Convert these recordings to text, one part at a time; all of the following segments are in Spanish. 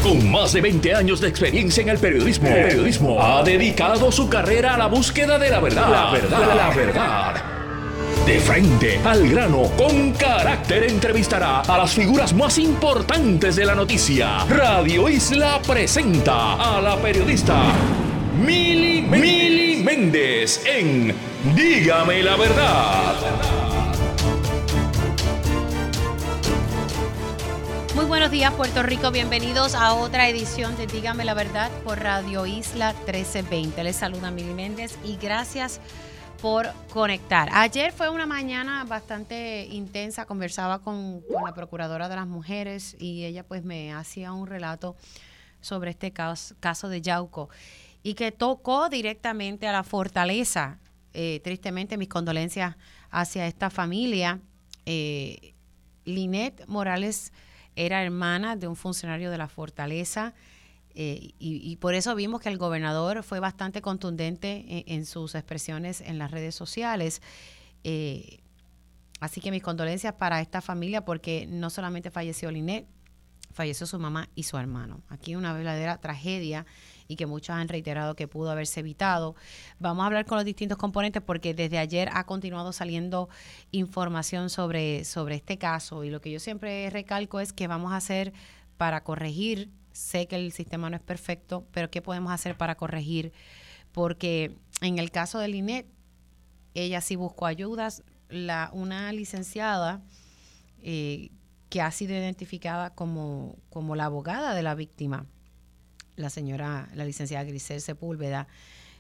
Con más de 20 años de experiencia en el periodismo, ha dedicado su carrera a la búsqueda de la verdad. La verdad. De frente, al grano, con carácter, entrevistará a las figuras más importantes de la noticia. Radio Isla presenta a la periodista Mili Méndez en Dígame la Verdad. Muy buenos días, Puerto Rico. Bienvenidos a otra edición de Dígame la Verdad por Radio Isla 1320. Les saluda Mili Méndez y gracias por conectar. Ayer fue una mañana bastante intensa. Conversaba con la Procuradora de las Mujeres y ella pues me hacía un relato sobre este caso de Yauco y que tocó directamente a la fortaleza. Tristemente, mis condolencias hacia esta familia. Linet Morales era hermana de un funcionario de la Fortaleza y por eso vimos que el gobernador fue bastante contundente en sus expresiones en las redes sociales. Así que mis condolencias para esta familia porque no solamente falleció Linet, falleció su mamá y su hermano. Aquí una verdadera tragedia y que muchos han reiterado que pudo haberse evitado. Vamos a hablar con los distintos componentes porque desde ayer ha continuado saliendo información sobre este caso y lo que yo siempre recalco es que vamos a hacer para corregir. Sé que el sistema no es perfecto, pero ¿qué podemos hacer para corregir? Porque en el caso de Linet, ella sí buscó ayudas. Una licenciada que ha sido identificada como la abogada de la víctima, la licenciada Grisel Sepúlveda,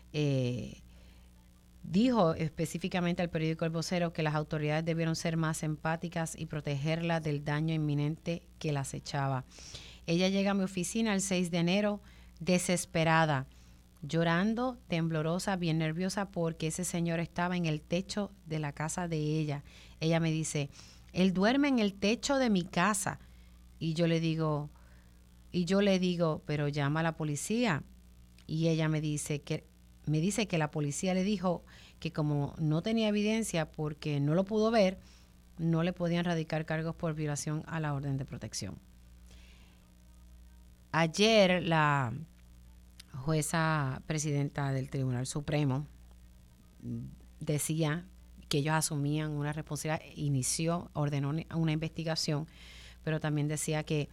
dijo específicamente al periódico El Vocero que las autoridades debieron ser más empáticas y protegerla del daño inminente que la acechaba. Ella llega a mi oficina el 6 de enero desesperada, llorando, temblorosa, bien nerviosa porque ese señor estaba en el techo de la casa de ella. Ella me dice, él duerme en el techo de mi casa. Y yo le digo, pero llama a la policía. Y ella me dice que la policía le dijo que como no tenía evidencia porque no lo pudo ver, no le podían radicar cargos por violación a la orden de protección. Ayer la jueza presidenta del Tribunal Supremo decía que ellos asumían una responsabilidad, ordenó una investigación, pero también decía que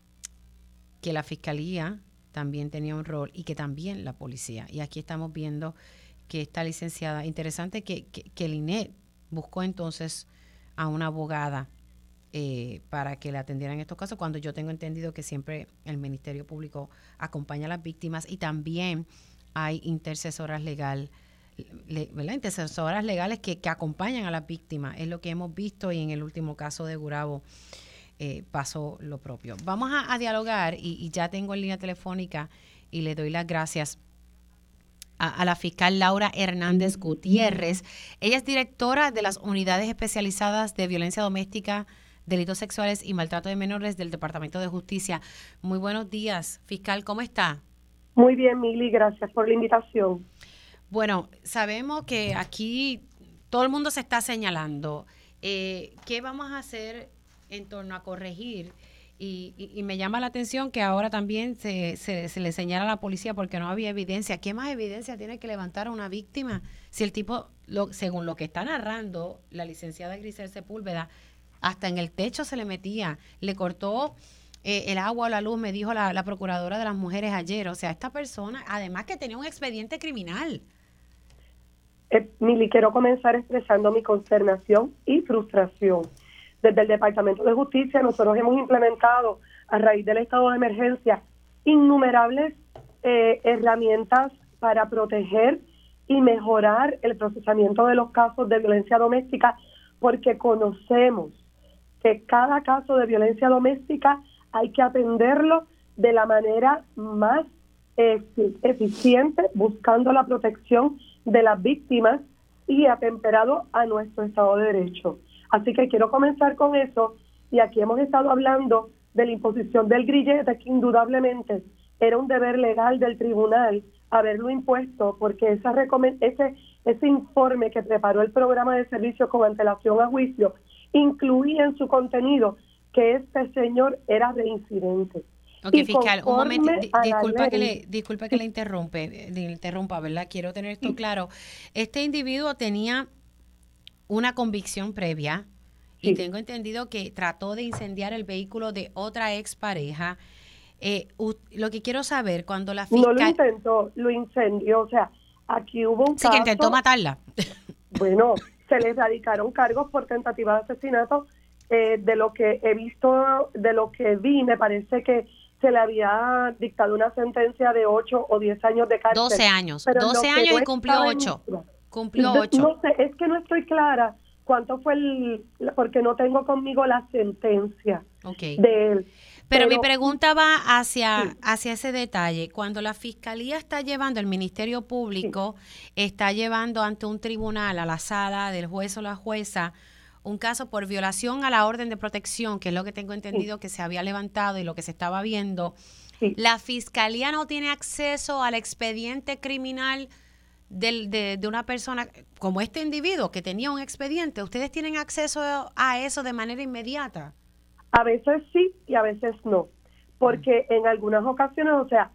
la Fiscalía también tenía un rol y que también la policía. Y aquí estamos viendo que esta licenciada, interesante que Linet buscó entonces a una abogada para que le atendieran estos casos, cuando yo tengo entendido que siempre el Ministerio Público acompaña a las víctimas y también hay intercesoras legales, ¿verdad? Intercesoras legales que acompañan a las víctimas. Es lo que hemos visto y en el último caso de Gurabo pasó lo propio. Vamos a dialogar y ya tengo en línea telefónica y le doy las gracias a la fiscal Laura Hernández Gutiérrez. Ella es directora de las unidades especializadas de violencia doméstica, delitos sexuales y maltrato de menores del Departamento de Justicia. Muy buenos días, fiscal, ¿cómo está? Muy bien, Mili, gracias por la invitación. Bueno, sabemos que aquí todo el mundo se está señalando. ¿Qué vamos a hacer en torno a corregir? Y me llama la atención que ahora también se le señala a la policía porque no había evidencia. ¿Qué más evidencia tiene que levantar a una víctima si el tipo, según lo que está narrando la licenciada Grisel Sepúlveda, hasta en el techo se le metía, le cortó el agua o la luz, me dijo la Procuradora de las Mujeres ayer? O sea, esta persona, además que tenía un expediente criminal. Mili, quiero comenzar expresando mi consternación y frustración. Desde el Departamento de Justicia nosotros hemos implementado a raíz del estado de emergencia innumerables herramientas para proteger y mejorar el procesamiento de los casos de violencia doméstica porque conocemos que cada caso de violencia doméstica hay que atenderlo de la manera más eficiente, buscando la protección de las víctimas y atemperado a nuestro Estado de Derecho. Así que quiero comenzar con eso, y aquí hemos estado hablando de la imposición del grillete, que indudablemente era un deber legal del tribunal haberlo impuesto, porque ese informe que preparó el programa de servicios con antelación a juicio incluía en su contenido que este señor era reincidente. Ok, y fiscal, un momento, conforme a la disculpa que le interrumpa, ¿verdad? Quiero tener esto claro. Este individuo tenía una convicción previa y Sí. tengo entendido que trató de incendiar el vehículo de otra expareja. Lo que quiero saber, cuando la No lo fiscal... intentó, lo incendió. O sea, aquí hubo un Sí, que caso, intentó matarla. bueno, se le radicaron cargos por tentativa de asesinato. De lo que he visto, de lo que vi, me parece que se le había dictado una sentencia de 8 o 10 años de cárcel. 12 años, Pero 12 lo que años no y cumplió estaba en 8. mi- Cumplió 8. No sé, es que no estoy clara cuánto fue porque no tengo conmigo la sentencia Okay. de él. Pero mi pregunta va hacia ese detalle. Cuando la fiscalía está llevando, el Ministerio Público está llevando ante un tribunal, a la sala del juez o la jueza, un caso por violación a la orden de protección, que es lo que tengo entendido que se había levantado y lo que se estaba viendo, la fiscalía no tiene acceso al expediente criminal de una persona como este individuo que tenía un expediente. ¿Ustedes tienen acceso a eso de manera inmediata? A veces sí y a veces no, porque en algunas ocasiones, o sea,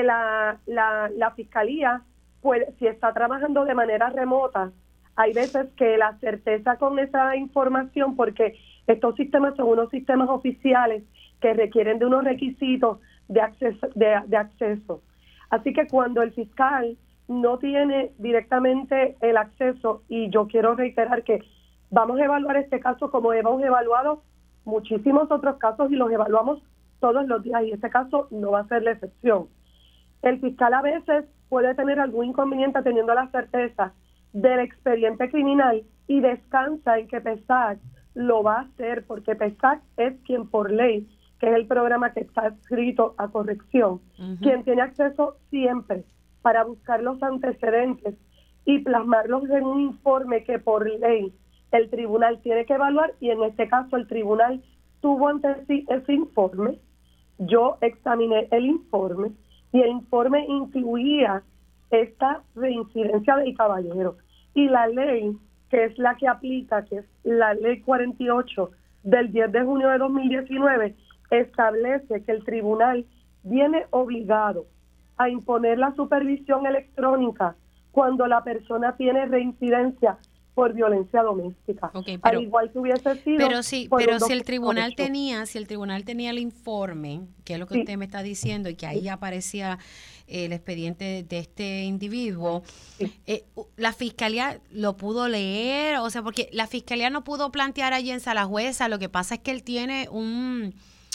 la fiscalía, puede, si está trabajando de manera remota, hay veces que la certeza con esa información, porque estos sistemas son unos sistemas oficiales que requieren de unos requisitos de acceso. Así que cuando el fiscal no tiene directamente el acceso, y yo quiero reiterar que vamos a evaluar este caso como hemos evaluado muchísimos otros casos y los evaluamos todos los días, y este caso no va a ser la excepción. El fiscal a veces puede tener algún inconveniente teniendo la certeza del expediente criminal y descansa en que PESAC lo va a hacer, porque PESAC es quien por ley, que es el programa que está adscrito a corrección, quien tiene acceso siempre para buscar los antecedentes y plasmarlos en un informe que por ley el tribunal tiene que evaluar, y en este caso el tribunal tuvo ante sí ese informe. Yo examiné el informe y el informe incluía esta reincidencia del caballero, y la ley que es la que aplica, que es la ley 48 del 10 de junio de 2019, establece que el tribunal viene obligado a imponer la supervisión electrónica cuando la persona tiene reincidencia por violencia doméstica. Okay, pero, al igual que hubiese sido. Pero si el tribunal tenía, el informe, que es lo que usted me está diciendo, y que ahí aparecía el expediente de este individuo, la fiscalía lo pudo leer, o sea, porque la fiscalía no pudo plantear allí en sala jueza. Lo que pasa es que él tiene un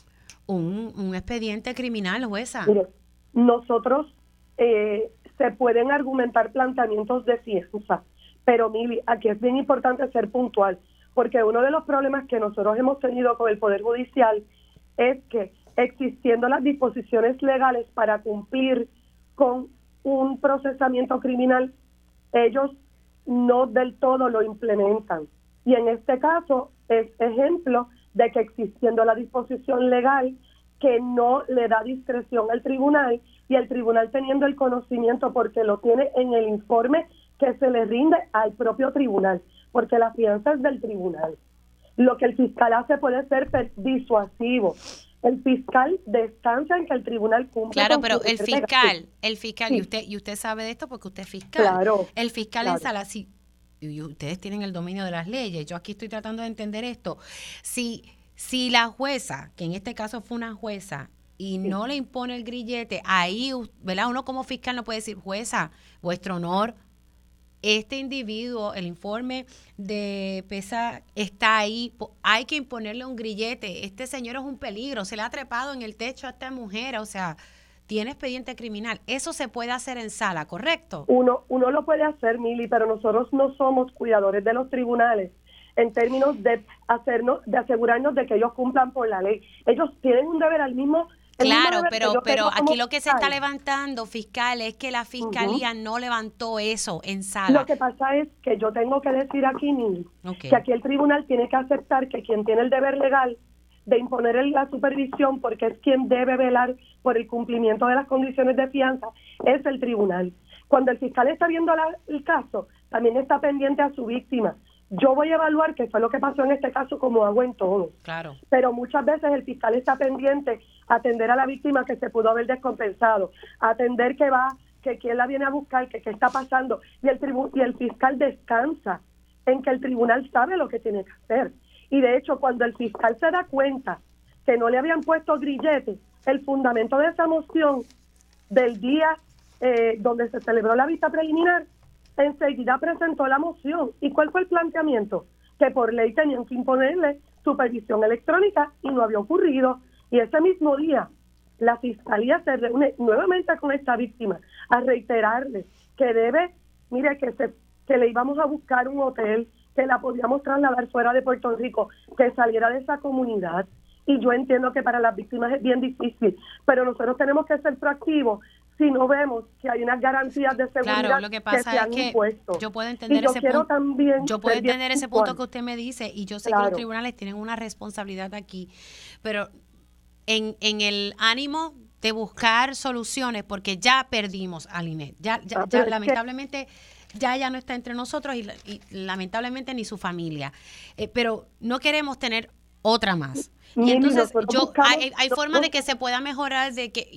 expediente criminal, jueza. Mire, nosotros se pueden argumentar planteamientos de fianza, pero Mili, aquí es bien importante ser puntual, porque uno de los problemas que nosotros hemos tenido con el Poder Judicial es que, existiendo las disposiciones legales para cumplir con un procesamiento criminal, ellos no del todo lo implementan. Y en este caso es ejemplo de que, existiendo la disposición legal que no le da discreción al tribunal, y el tribunal teniendo el conocimiento, porque lo tiene en el informe que se le rinde al propio tribunal, porque la fianza es del tribunal. Lo que el fiscal hace puede ser disuasivo. El fiscal descansa en que el tribunal cumpla. Claro, pero el fiscal, sí. y usted sabe de esto porque usted es fiscal. Claro. El fiscal en sala, sí, y ustedes tienen el dominio de las leyes. Yo aquí estoy tratando de entender esto. Si la jueza, que en este caso fue una jueza, y no le impone el grillete, ahí, ¿verdad? Uno como fiscal no puede decir, jueza, vuestro honor, este individuo, el informe de PESA está ahí, hay que imponerle un grillete, este señor es un peligro, se le ha trepado en el techo a esta mujer, o sea, tiene expediente criminal. Eso se puede hacer en sala, ¿correcto? Uno lo puede hacer, Mili, pero nosotros no somos cuidadores de los tribunales en términos de asegurarnos de que ellos cumplan por la ley. Ellos tienen un deber al mismo. Claro, pero aquí lo que se está levantando, fiscal, es que la fiscalía no levantó eso en sala. Lo que pasa es que yo tengo que decir aquí, Nini, que aquí el tribunal tiene que aceptar que quien tiene el deber legal de imponer la supervisión, porque es quien debe velar por el cumplimiento de las condiciones de fianza, es el tribunal. Cuando el fiscal está viendo el caso, también está pendiente a su víctima, yo voy a evaluar qué fue lo que pasó en este caso, como hago en todos. Claro. Pero muchas veces el fiscal está pendiente a atender a la víctima que se pudo haber descompensado, a atender que quién la viene a buscar, que qué está pasando, y el fiscal descansa en que el tribunal sabe lo que tiene que hacer. Y de hecho, cuando el fiscal se da cuenta que no le habían puesto grillete, el fundamento de esa moción del día donde se celebró la vista preliminar, enseguida presentó la moción. ¿Y cuál fue el planteamiento? Que por ley tenían que imponerle supervisión electrónica y no había ocurrido. Y ese mismo día, la Fiscalía se reúne nuevamente con esta víctima a reiterarle que que le íbamos a buscar un hotel, que la podíamos trasladar fuera de Puerto Rico, que saliera de esa comunidad. Y yo entiendo que para las víctimas es bien difícil, pero nosotros tenemos que ser proactivos si no vemos que hay unas garantías de seguridad. Claro, lo que pasa se han es que impuesto. yo puedo entender ese punto. Yo puedo entender ese punto que usted me dice, y yo sé que los tribunales tienen una responsabilidad aquí, pero en el ánimo de buscar soluciones, porque ya perdimos a Lynette, ya lamentablemente ya no está entre nosotros y lamentablemente ni su familia, pero no queremos tener otra más. Y entonces hay forma de que se pueda mejorar,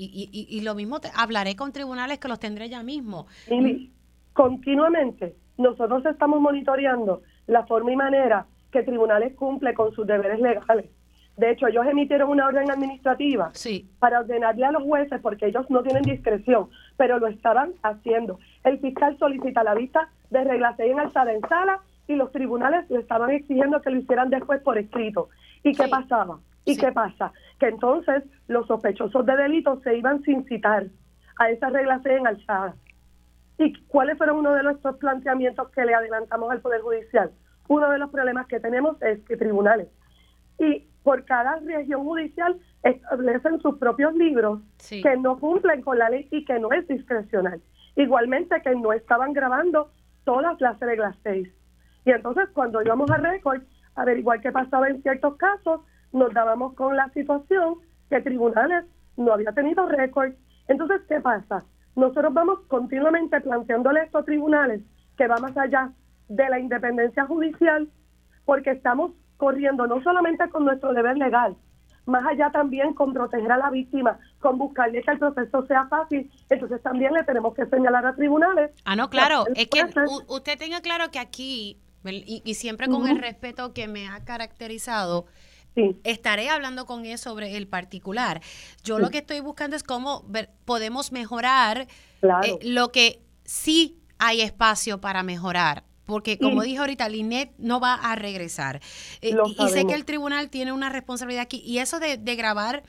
y lo mismo hablaré con tribunales que los tendré ya mismo. Mili, continuamente nosotros estamos monitoreando la forma y manera que tribunales cumplen con sus deberes legales. De hecho, ellos emitieron una orden administrativa para ordenarle a los jueces, porque ellos no tienen discreción, pero lo estaban haciendo. El fiscal solicita la vista de regla 6 en alzada en sala, y los tribunales le estaban exigiendo que lo hicieran después por escrito. ¿Y qué pasaba? ¿Y qué pasa? Que entonces los sospechosos de delitos se iban sin citar a esa regla 6 en alzada. ¿Y cuáles fueron uno de nuestros planteamientos que le adelantamos al Poder Judicial? Uno de los problemas que tenemos es que tribunales, y por cada región judicial, establecen sus propios libros que no cumplen con la ley y que no es discrecional. Igualmente que no estaban grabando todas las reglas 6. Y entonces cuando íbamos a récord, averiguar qué pasaba en ciertos casos, nos dábamos con la situación que tribunales no había tenido récord. Entonces, ¿qué pasa? Nosotros vamos continuamente planteándole esto a tribunales que va más allá de la independencia judicial, porque estamos corriendo no solamente con nuestro deber legal, más allá también con proteger a la víctima, con buscarle que el proceso sea fácil. Entonces también le tenemos que señalar a tribunales. No, claro, es que usted tenga claro que aquí, y siempre con el respeto que me ha caracterizado, estaré hablando con él sobre el particular. Yo lo que estoy buscando es cómo podemos mejorar lo que sí hay espacio para mejorar. Porque, como dije ahorita, Lynette no va a regresar. Y sé que el tribunal tiene una responsabilidad aquí. Y eso de grabar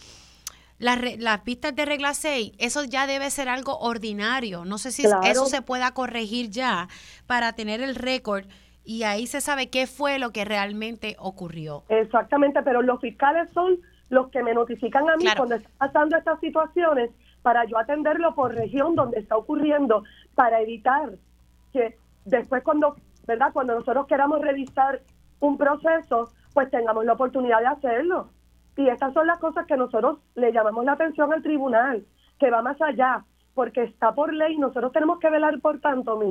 las pistas de regla 6, eso ya debe ser algo ordinario. No sé si eso se pueda corregir ya para tener el récord. Y ahí se sabe qué fue lo que realmente ocurrió. Exactamente, pero los fiscales son los que me notifican a mí cuando están pasando estas situaciones, para yo atenderlo por región donde está ocurriendo, para evitar que después cuando nosotros queramos revisar un proceso, pues tengamos la oportunidad de hacerlo. Y estas son las cosas que nosotros le llamamos la atención al tribunal, que va más allá, porque está por ley. Nosotros tenemos que velar por tanto,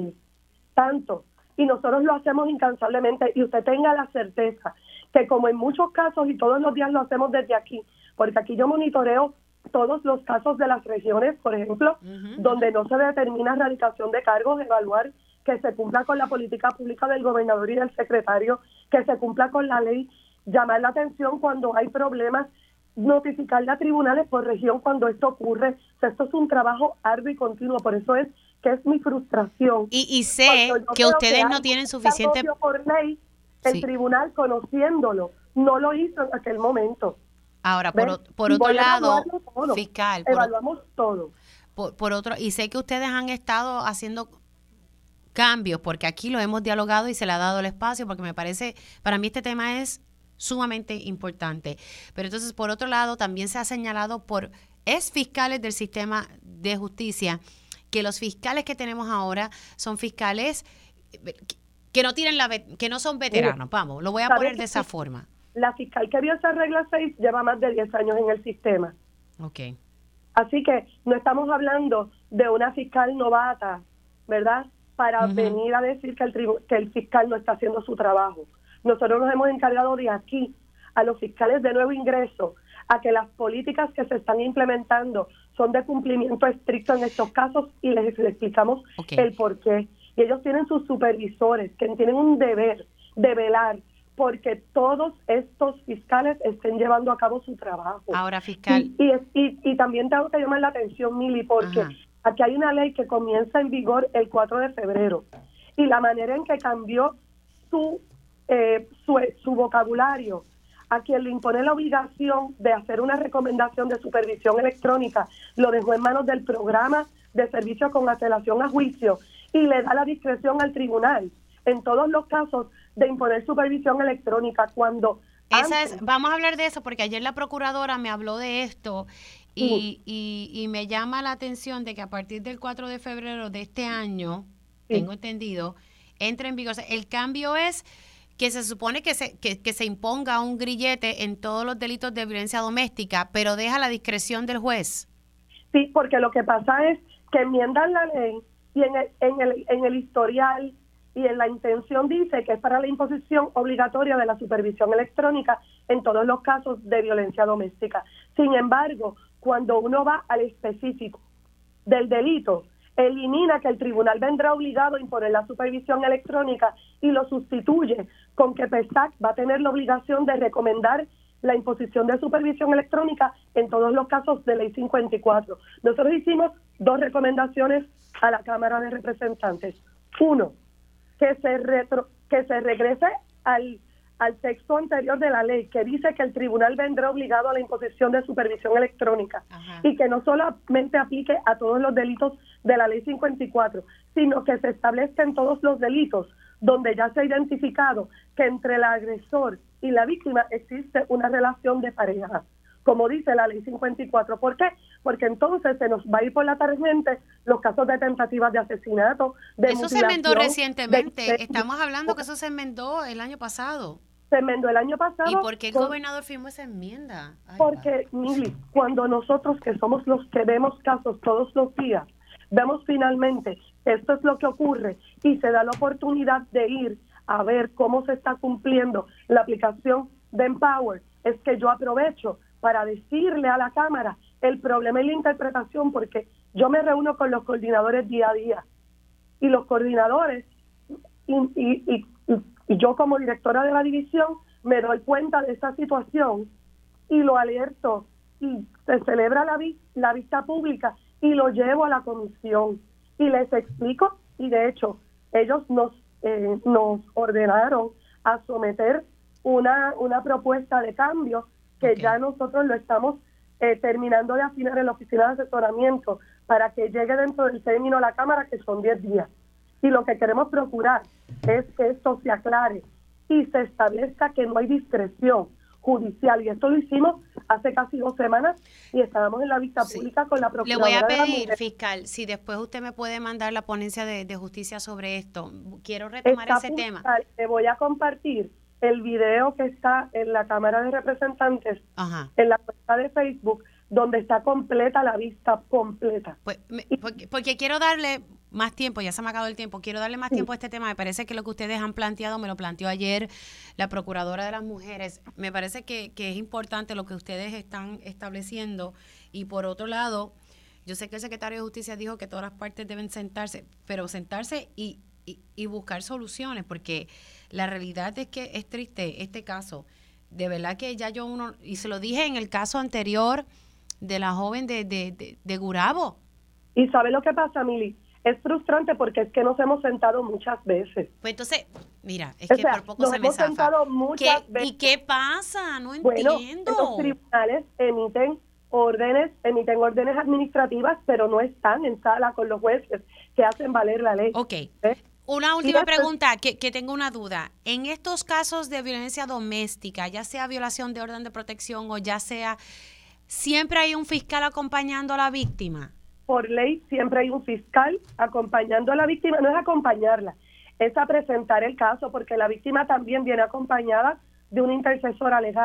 y nosotros lo hacemos incansablemente. Y usted tenga la certeza que, como en muchos casos, y todos los días lo hacemos desde aquí, porque aquí yo monitoreo todos los casos de las regiones, por ejemplo, donde no se determina erradicación de cargos, evaluar que se cumpla con la política pública del gobernador y del secretario, que se cumpla con la ley, llamar la atención cuando hay problemas, notificarle a tribunales por región cuando esto ocurre. O sea, esto es un trabajo arduo y continuo, por eso es que es mi frustración. Y sé que ustedes no tienen suficiente... Por ley, el tribunal, conociéndolo, no lo hizo en aquel momento. Ahora, por otro lado, fiscal... Evaluamos todo. Por otro, y sé que ustedes han estado haciendo cambios, porque aquí lo hemos dialogado y se le ha dado el espacio, porque me parece, para mí este tema es sumamente importante. Pero entonces, por otro lado, también se ha señalado por fiscales del sistema de justicia que los fiscales que tenemos ahora son fiscales que no tienen que no son veteranos. Vamos, lo voy a poner de esa forma. La fiscal que vio esa regla 6 lleva más de 10 años en el sistema. Okay. Así que no estamos hablando de una fiscal novata, ¿verdad?, para venir a decir que el fiscal no está haciendo su trabajo. Nosotros nos hemos encargado de aquí a los fiscales de nuevo ingreso a que las políticas que se están implementando son de cumplimiento estricto en estos casos y les explicamos el por qué. Y ellos tienen sus supervisores que tienen un deber de velar porque todos estos fiscales estén llevando a cabo su trabajo. Ahora, fiscal. Y también tengo que llamar la atención, Mili, porque aquí hay una ley que comienza en vigor el 4 de febrero y la manera en que cambió su vocabulario a quien le impone la obligación de hacer una recomendación de supervisión electrónica, lo dejó en manos del programa de servicio con antelación a juicio y le da la discreción al tribunal en todos los casos de imponer supervisión electrónica cuando... Vamos a hablar de eso porque ayer la procuradora me habló de esto y me llama la atención de que a partir del 4 de febrero de este año, tengo entendido, entra en vigor. El cambio es que se supone que se imponga un grillete en todos los delitos de violencia doméstica, pero deja la discreción del juez. Sí, porque lo que pasa es que enmiendan la ley y en el historial y en la intención dice que es para la imposición obligatoria de la supervisión electrónica en todos los casos de violencia doméstica. Sin embargo, cuando uno va al específico del delito, elimina que el tribunal vendrá obligado a imponer la supervisión electrónica y lo sustituye con que PESAC va a tener la obligación de recomendar la imposición de supervisión electrónica en todos los casos de Ley 54. Nosotros hicimos 2 recomendaciones a la Cámara de Representantes. Uno, que se regrese al texto anterior de la ley, que dice que el tribunal vendrá obligado a la imposición de supervisión electrónica y que no solamente aplique a todos los delitos de la Ley 54, sino que se establezca en todos los delitos donde ya se ha identificado que entre el agresor y la víctima existe una relación de pareja, como dice la Ley 54. ¿Por qué? Porque entonces se nos va a ir por la tangente los casos de tentativas de asesinato, de eso se enmendó recientemente. Estamos hablando que eso se enmendó el año pasado. Se enmendó el año pasado. ¿Y por qué el gobernador firmó esa enmienda? Porque, Mili, cuando nosotros, que somos los que vemos casos todos los días, vemos finalmente esto es lo que ocurre y se da la oportunidad de ir a ver cómo se está cumpliendo la aplicación de Empower, es que yo aprovecho para decirle a la Cámara el problema y la interpretación, porque yo me reúno con los coordinadores día a día y los coordinadores y yo como directora de la división me doy cuenta de esta situación y lo alerto y se celebra la vista pública y lo llevo a la comisión y les explico y de hecho ellos nos ordenaron a someter una propuesta de cambio que ya nosotros lo estamos terminando de afinar en la oficina de asesoramiento para que llegue dentro del término a la Cámara, que son 10 días. Y lo que queremos procurar es que esto se aclare y se establezca que no hay discreción judicial. Y esto lo hicimos hace casi 2 semanas y estábamos en la vista pública con la procuradora. Le voy a pedir, fiscal, si después usted me puede mandar la ponencia de justicia sobre esto. Quiero retomar ese tema. Le voy a compartir el video que está en la Cámara de Representantes, en la cuenta de Facebook, donde está completa la vista completa. Pues, porque quiero darle más tiempo, ya se me ha acabado el tiempo, quiero darle más tiempo a este tema. Me parece que lo que ustedes han planteado, me lo planteó ayer la Procuradora de las Mujeres, me parece que es importante lo que ustedes están estableciendo. Y por otro lado, yo sé que el secretario de Justicia dijo que todas las partes deben sentarse, pero sentarse y buscar soluciones, porque la realidad es que es triste este caso. De verdad que ya y se lo dije en el caso anterior de la joven de Gurabo. ¿Y sabe lo que pasa, Mili? Es frustrante porque es que nos hemos sentado muchas veces. Pues entonces, mira, es que por poco se me zafa. Sentado muchas veces. ¿Y qué pasa? No bueno, entiendo. Los tribunales emiten órdenes administrativas, pero no están en sala con los jueces que hacen valer la ley. Ok. Una última pregunta, que tengo una duda. En estos casos de violencia doméstica, ya sea violación de orden de protección o ya sea, ¿siempre hay un fiscal acompañando a la víctima? Por ley siempre hay un fiscal acompañando a la víctima. No es acompañarla, es a presentar el caso, porque la víctima también viene acompañada de una intercesora legal.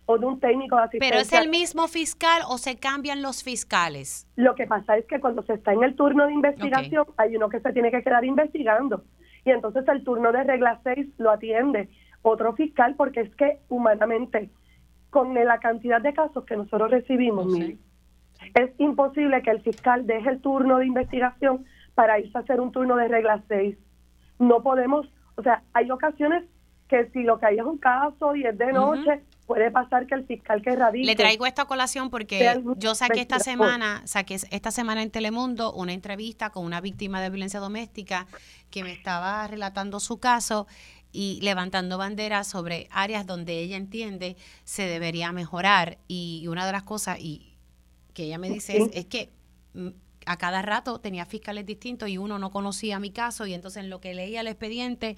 o de un técnico de asistencia. ¿Pero es el mismo fiscal o se cambian los fiscales? Lo que pasa es que cuando se está en el turno de investigación, hay uno que se tiene que quedar investigando. Y entonces el turno de regla 6 lo atiende otro fiscal, porque es que humanamente, con la cantidad de casos que nosotros recibimos, mire, es imposible que el fiscal deje el turno de investigación para irse a hacer un turno de regla 6. No podemos, o sea, hay ocasiones que si lo que hay es un caso y es de noche, puede pasar que el fiscal que radique... Le traigo esta colación porque yo saqué esta semana en Telemundo una entrevista con una víctima de violencia doméstica que me estaba relatando su caso y levantando banderas sobre áreas donde ella entiende se debería mejorar. Y una de las cosas que ella me dice es que a cada rato tenía fiscales distintos y uno no conocía mi caso, y entonces en lo que leía el expediente...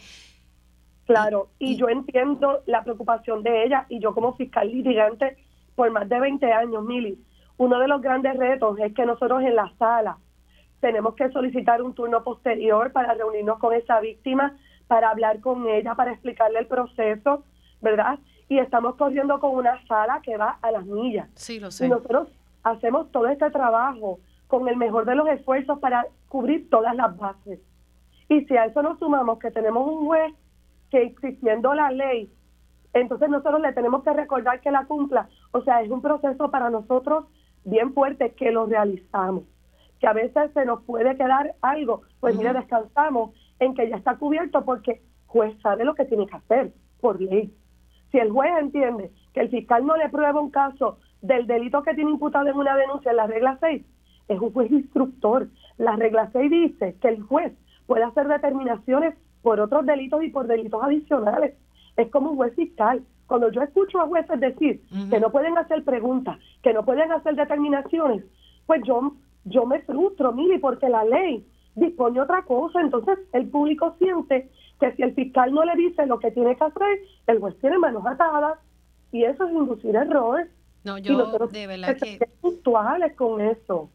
Claro, y yo entiendo la preocupación de ella, y yo como fiscal litigante por más de 20 años, Mili, uno de los grandes retos es que nosotros en la sala tenemos que solicitar un turno posterior para reunirnos con esa víctima, para hablar con ella, para explicarle el proceso, ¿verdad? Y estamos corriendo con una sala que va a las millas. Sí, lo sé. Y nosotros hacemos todo este trabajo con el mejor de los esfuerzos para cubrir todas las bases. Y si a eso nos sumamos que tenemos un juez que, existiendo la ley, entonces nosotros le tenemos que recordar que la cumpla. O sea, es un proceso para nosotros bien fuerte que lo realizamos. Que a veces se nos puede quedar algo, pues mire, descansamos en que ya está cubierto porque el juez sabe lo que tiene que hacer por ley. Si el juez entiende que el fiscal no le prueba un caso del delito que tiene imputado en una denuncia en la regla 6, es un juez instructor. La regla 6 dice que el juez puede hacer determinaciones por otros delitos y por delitos adicionales. Es como un juez fiscal. Cuando yo escucho a jueces decir que no pueden hacer preguntas, que no pueden hacer determinaciones, pues yo me frustro, mire, porque la ley dispone otra cosa. Entonces el público siente que si el fiscal no le dice lo que tiene que hacer, el juez tiene manos atadas, y eso es inducir errores. No, y yo nosotros de verdad que... puntuales con eso.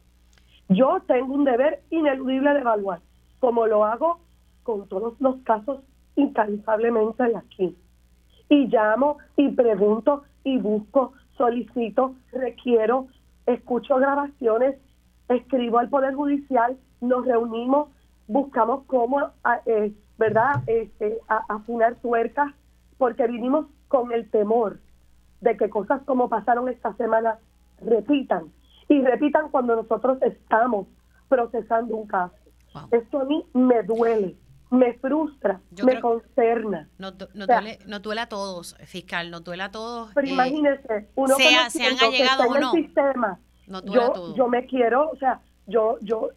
Yo tengo un deber ineludible de evaluar, como lo hago con todos los casos incansablemente de aquí. Y llamo y pregunto y busco, solicito, requiero, escucho grabaciones, escribo al Poder Judicial, nos reunimos, buscamos cómo, ¿verdad?, afinar tuercas, porque vivimos con el temor de que cosas como pasaron esta semana repitan, y repitan cuando nosotros estamos procesando un caso. Wow. Esto a mí me duele, me frustra, me consterna. Nos duele a todos, fiscal, nos duele a todos. Pero imagínese, uno sean allegados o no, sistema, nos duele a todos. Yo me quiero, o sea, yo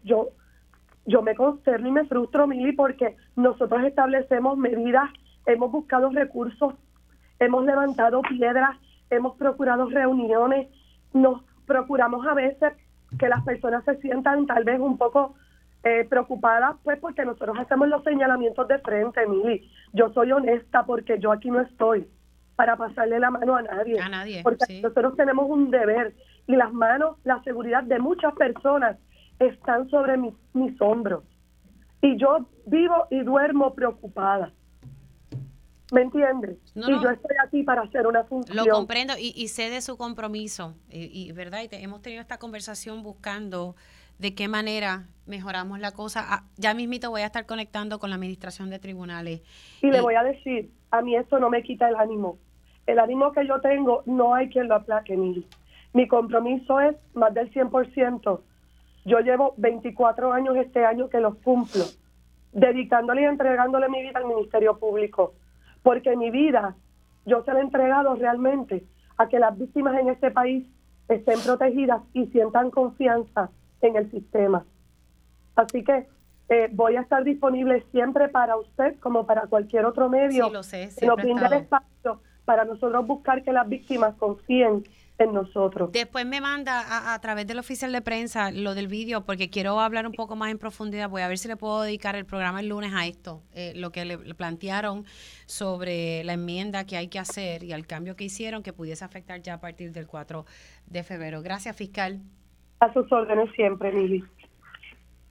me consterno y me frustro, Mili, porque nosotros establecemos medidas, hemos buscado recursos, hemos levantado piedras, hemos procurado reuniones, nos procuramos a veces que las personas se sientan tal vez un poco preocupadas, pues porque nosotros hacemos los señalamientos de frente, Mili. Yo soy honesta porque yo aquí no estoy para pasarle la mano a nadie. A nadie, porque sí. Nosotros tenemos un deber, y las manos, la seguridad de muchas personas están sobre mis hombros. Y yo vivo y duermo preocupada. ¿Me entiendes? No, y yo estoy aquí para hacer una función. Lo comprendo y sé de su compromiso. ¿Verdad? Hemos tenido esta conversación buscando de qué manera mejoramos la cosa. Ya mismito voy a estar conectando con la administración de tribunales. Y le voy a decir, a mí esto no me quita el ánimo. El ánimo que yo tengo, no hay quien lo aplaque, Mili. Mi compromiso es más del 100%. Yo llevo 24 años este año que los cumplo, dedicándole y entregándole mi vida al Ministerio Público. Porque mi vida, yo se la he entregado realmente a que las víctimas en este país estén protegidas y sientan confianza en el sistema. Así que voy a estar disponible siempre para usted, como para cualquier otro medio. Sí, lo sé, que nos brinde el espacio para nosotros buscar que las víctimas confíen en nosotros. Después me manda a través del oficial de prensa lo del vídeo, porque quiero hablar un poco más en profundidad. Voy a ver si le puedo dedicar el programa el lunes a esto, lo que le plantearon sobre la enmienda que hay que hacer y al cambio que hicieron que pudiese afectar ya a partir del 4 de febrero. Gracias, fiscal. A sus órdenes siempre, Mili.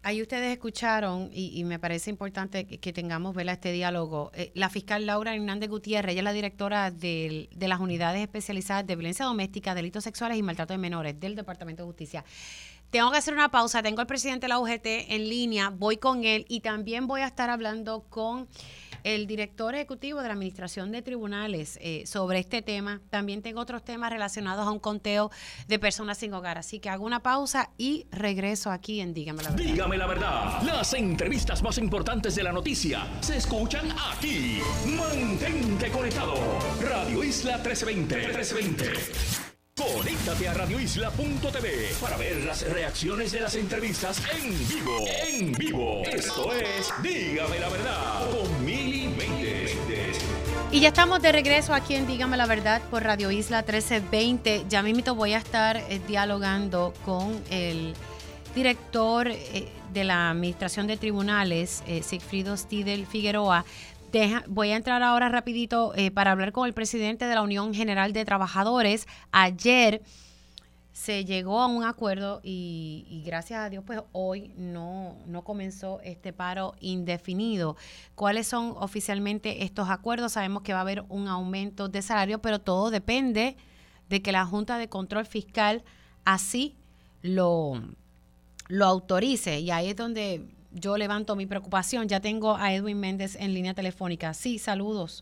Ahí ustedes escucharon, y me parece importante que tengamos, ¿verdad?, este diálogo. La fiscal Laura Hernández Gutiérrez, ella es la directora de las unidades especializadas de violencia doméstica, delitos sexuales y maltrato de menores del Departamento de Justicia. Tengo que hacer una pausa, tengo al presidente de la UGT en línea, voy con él y también voy a estar hablando con el director ejecutivo de la Administración de Tribunales sobre este tema. También tengo otros temas relacionados a un conteo de personas sin hogar. Así que hago una pausa y regreso aquí en Dígame la Verdad. Dígame la verdad. Las entrevistas más importantes de la noticia se escuchan aquí. Mantente conectado. Radio Isla 1320. Conéctate a radioisla.tv para ver las reacciones de las entrevistas en vivo. En vivo. Esto es Dígame la Verdad con Mili Méndez. Y ya estamos de regreso aquí en Dígame la Verdad por Radio Isla 1320. Ya mismito voy a estar dialogando con el director de la Administración de Tribunales, Sigfrido Stidel Figueroa. Voy a entrar ahora rapidito para hablar con el presidente de la Unión General de Trabajadores. Ayer se llegó a un acuerdo y gracias a Dios pues hoy no comenzó este paro indefinido. ¿Cuáles son oficialmente estos acuerdos? Sabemos que va a haber un aumento de salario, pero todo depende de que la Junta de Control Fiscal así lo autorice, y ahí es donde yo levanto mi preocupación. Ya tengo a Edwin Méndez en línea telefónica. Sí, saludos.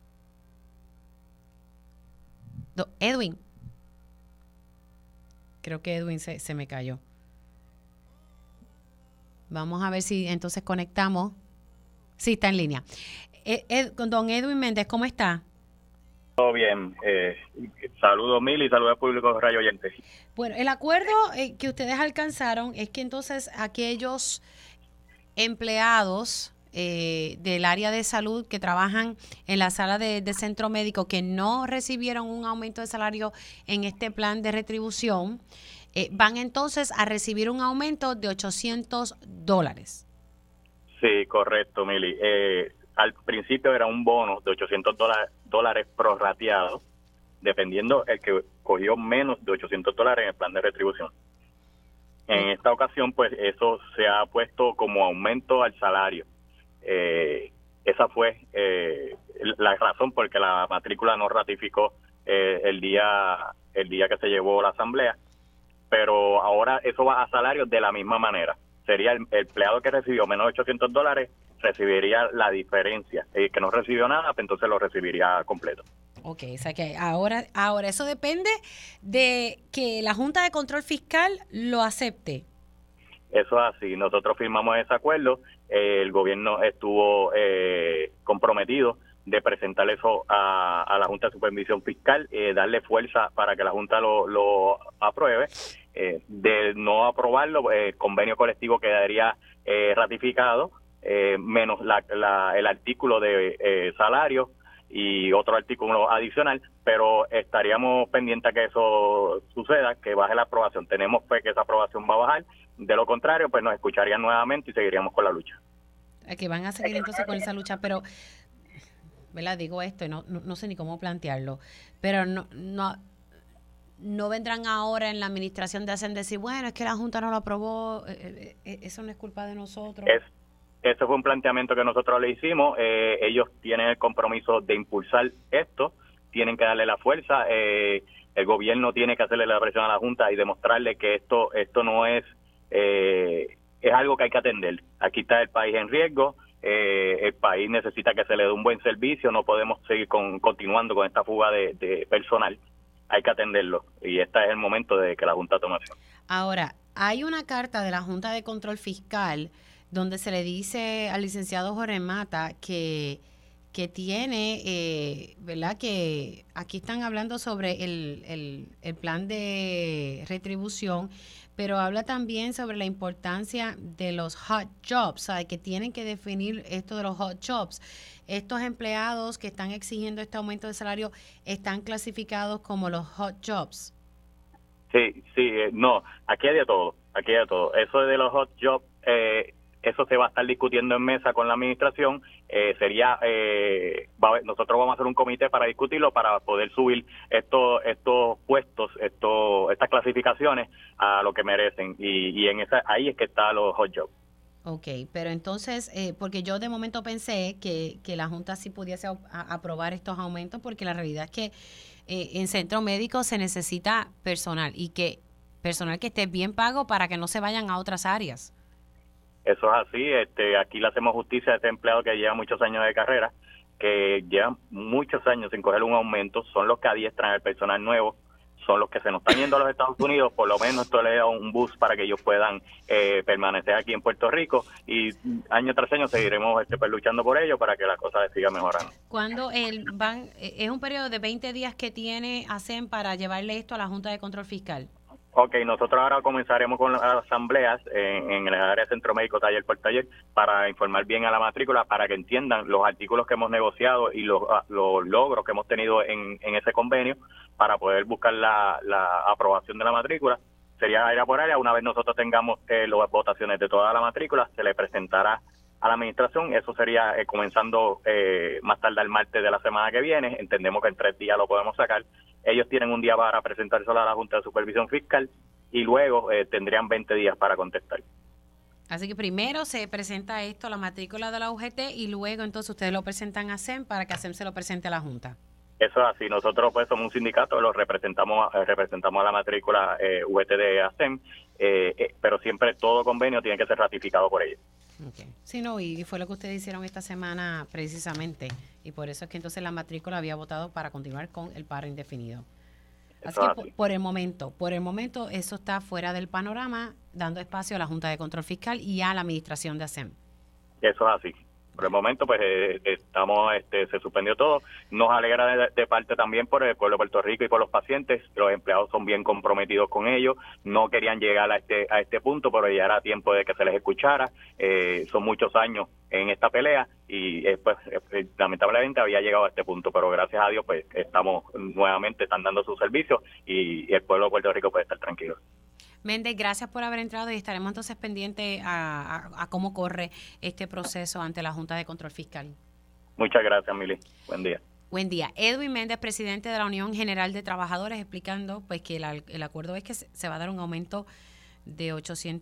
Edwin. Creo que Edwin se me cayó. Vamos a ver si entonces conectamos. Sí, está en línea. Don Edwin Méndez, ¿cómo está? Todo bien. Saludos, Mili, y saludos al público de Radio Oyentes. Bueno, el acuerdo que ustedes alcanzaron es que entonces aquellos empleados del área de salud que trabajan en la sala de centro médico que no recibieron un aumento de salario en este plan de retribución, van entonces a recibir un aumento de $800. Sí, correcto, Mili. Al principio era un bono de $800 prorrateado, dependiendo el que cogió menos de $800 en el plan de retribución. En esta ocasión, pues, eso se ha puesto como aumento al salario. Esa fue la razón por que la matrícula no ratificó el día que se llevó la asamblea, pero ahora eso va a salario de la misma manera. Sería el empleado que recibió menos de $800 recibiría la diferencia. El que no recibió nada, pues entonces lo recibiría completo. Ok, o sea que ahora eso depende de que la Junta de Control Fiscal lo acepte. Eso es así. Nosotros firmamos ese acuerdo. El gobierno estuvo comprometido de presentar eso a la Junta de Supervisión Fiscal, darle fuerza para que la Junta lo apruebe. De no aprobarlo, el convenio colectivo quedaría ratificado, menos el artículo de salario y otro artículo adicional, pero estaríamos pendientes a que eso suceda, que baje la aprobación. Tenemos fe que esa aprobación va a bajar. De lo contrario, pues nos escucharían nuevamente y seguiríamos con la lucha. Que van a seguir entonces con esa lucha, pero, ¿verdad? Digo esto y no sé ni cómo plantearlo, pero no vendrán ahora en la administración de Hacienda decir, bueno, es que la Junta no lo aprobó, eso no es culpa de nosotros. Ese fue un planteamiento que nosotros le hicimos. Ellos tienen el compromiso de impulsar esto, tienen que darle la fuerza. El gobierno tiene que hacerle la presión a la Junta y demostrarle que esto no es algo que hay que atender. Aquí está el país en riesgo. El país necesita que se le dé un buen servicio. No podemos seguir continuando con esta fuga de personal. Hay que atenderlo y este es el momento de que la Junta tome acción. Ahora, hay una carta de la Junta de Control Fiscal donde se le dice al licenciado Jorge Mata que tiene, ¿verdad? Que aquí están hablando sobre el plan de retribución, pero habla también sobre la importancia de los hot jobs, o sea, que tienen que definir esto de los hot jobs. Estos empleados que están exigiendo este aumento de salario están clasificados como los hot jobs. Sí, no, aquí hay de todo. Eso de los hot jobs, eso se va a estar discutiendo en mesa con la administración. Nosotros vamos a hacer un comité para discutirlo, para poder subir estos puestos, estas clasificaciones a lo que merecen. Y ahí es que están los hot jobs. Ok, pero entonces, porque yo de momento pensé que la Junta sí pudiese aprobar estos aumentos, porque la realidad es que en centro médico se necesita personal personal que esté bien pago para que no se vayan a otras áreas. Eso es así. Aquí le hacemos justicia a este empleado que lleva muchos años de carrera, que llevan muchos años sin coger un aumento, son los que adiestran el personal nuevo, son los que se nos están yendo a los Estados Unidos. Por lo menos esto le da un boost para que ellos puedan permanecer aquí en Puerto Rico, y año tras año seguiremos pues, luchando por ello para que la cosa siga mejorando. Cuando es un periodo de 20 días que tiene ASEM para llevarle esto a la Junta de Control Fiscal. Ok, nosotros ahora comenzaremos con las asambleas en el área de Centro Médico taller por taller para informar bien a la matrícula, para que entiendan los artículos que hemos negociado y los logros que hemos tenido en ese convenio, para poder buscar la aprobación de la matrícula. Sería área por área. Una vez nosotros tengamos las votaciones de toda la matrícula, se le presentará a la administración. Eso sería comenzando más tarde el martes de la semana que viene. Entendemos que en 3 días lo podemos sacar. Ellos tienen un día para presentárselo a la Junta de Supervisión Fiscal y luego tendrían 20 días para contestar. Así que primero se presenta esto, la matrícula de la UGT, y luego entonces ustedes lo presentan a ASEM para que ASEM se lo presente a la Junta. Eso es así. Nosotros pues somos un sindicato, lo representamos a la matrícula UGT de ASEM, pero siempre todo convenio tiene que ser ratificado por ellos. Okay. Sí, no, y fue lo que ustedes hicieron esta semana precisamente, y por eso es que entonces la matrícula había votado para continuar con el paro indefinido. Así que por el momento eso está fuera del panorama, dando espacio a la Junta de Control Fiscal y a la administración de ASEM. Eso es así. Por el momento, pues se suspendió todo. Nos alegra de parte también por el pueblo de Puerto Rico y por los pacientes. Los empleados son bien comprometidos con ellos. No querían llegar a este punto, pero ya era tiempo de que se les escuchara. Son muchos años en esta pelea y pues lamentablemente había llegado a este punto, pero gracias a Dios pues estamos nuevamente, están dando sus servicios y el pueblo de Puerto Rico puede estar tranquilo. Méndez, gracias por haber entrado y estaremos entonces pendientes a cómo corre este proceso ante la Junta de Control Fiscal. Muchas gracias, Mili. Buen día. Buen día. Edwin Méndez, presidente de la Unión General de Trabajadores, explicando pues que el acuerdo es que se va a dar un aumento de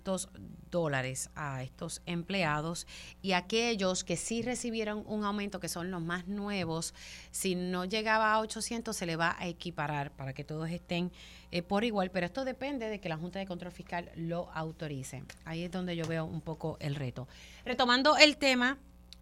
$800 a estos empleados, y aquellos que sí recibieron un aumento, que son los más nuevos, si no llegaba a 800 se le va a equiparar para que todos estén por igual, pero esto depende de que la Junta de Control Fiscal lo autorice. Ahí es donde yo veo un poco el reto. Retomando el tema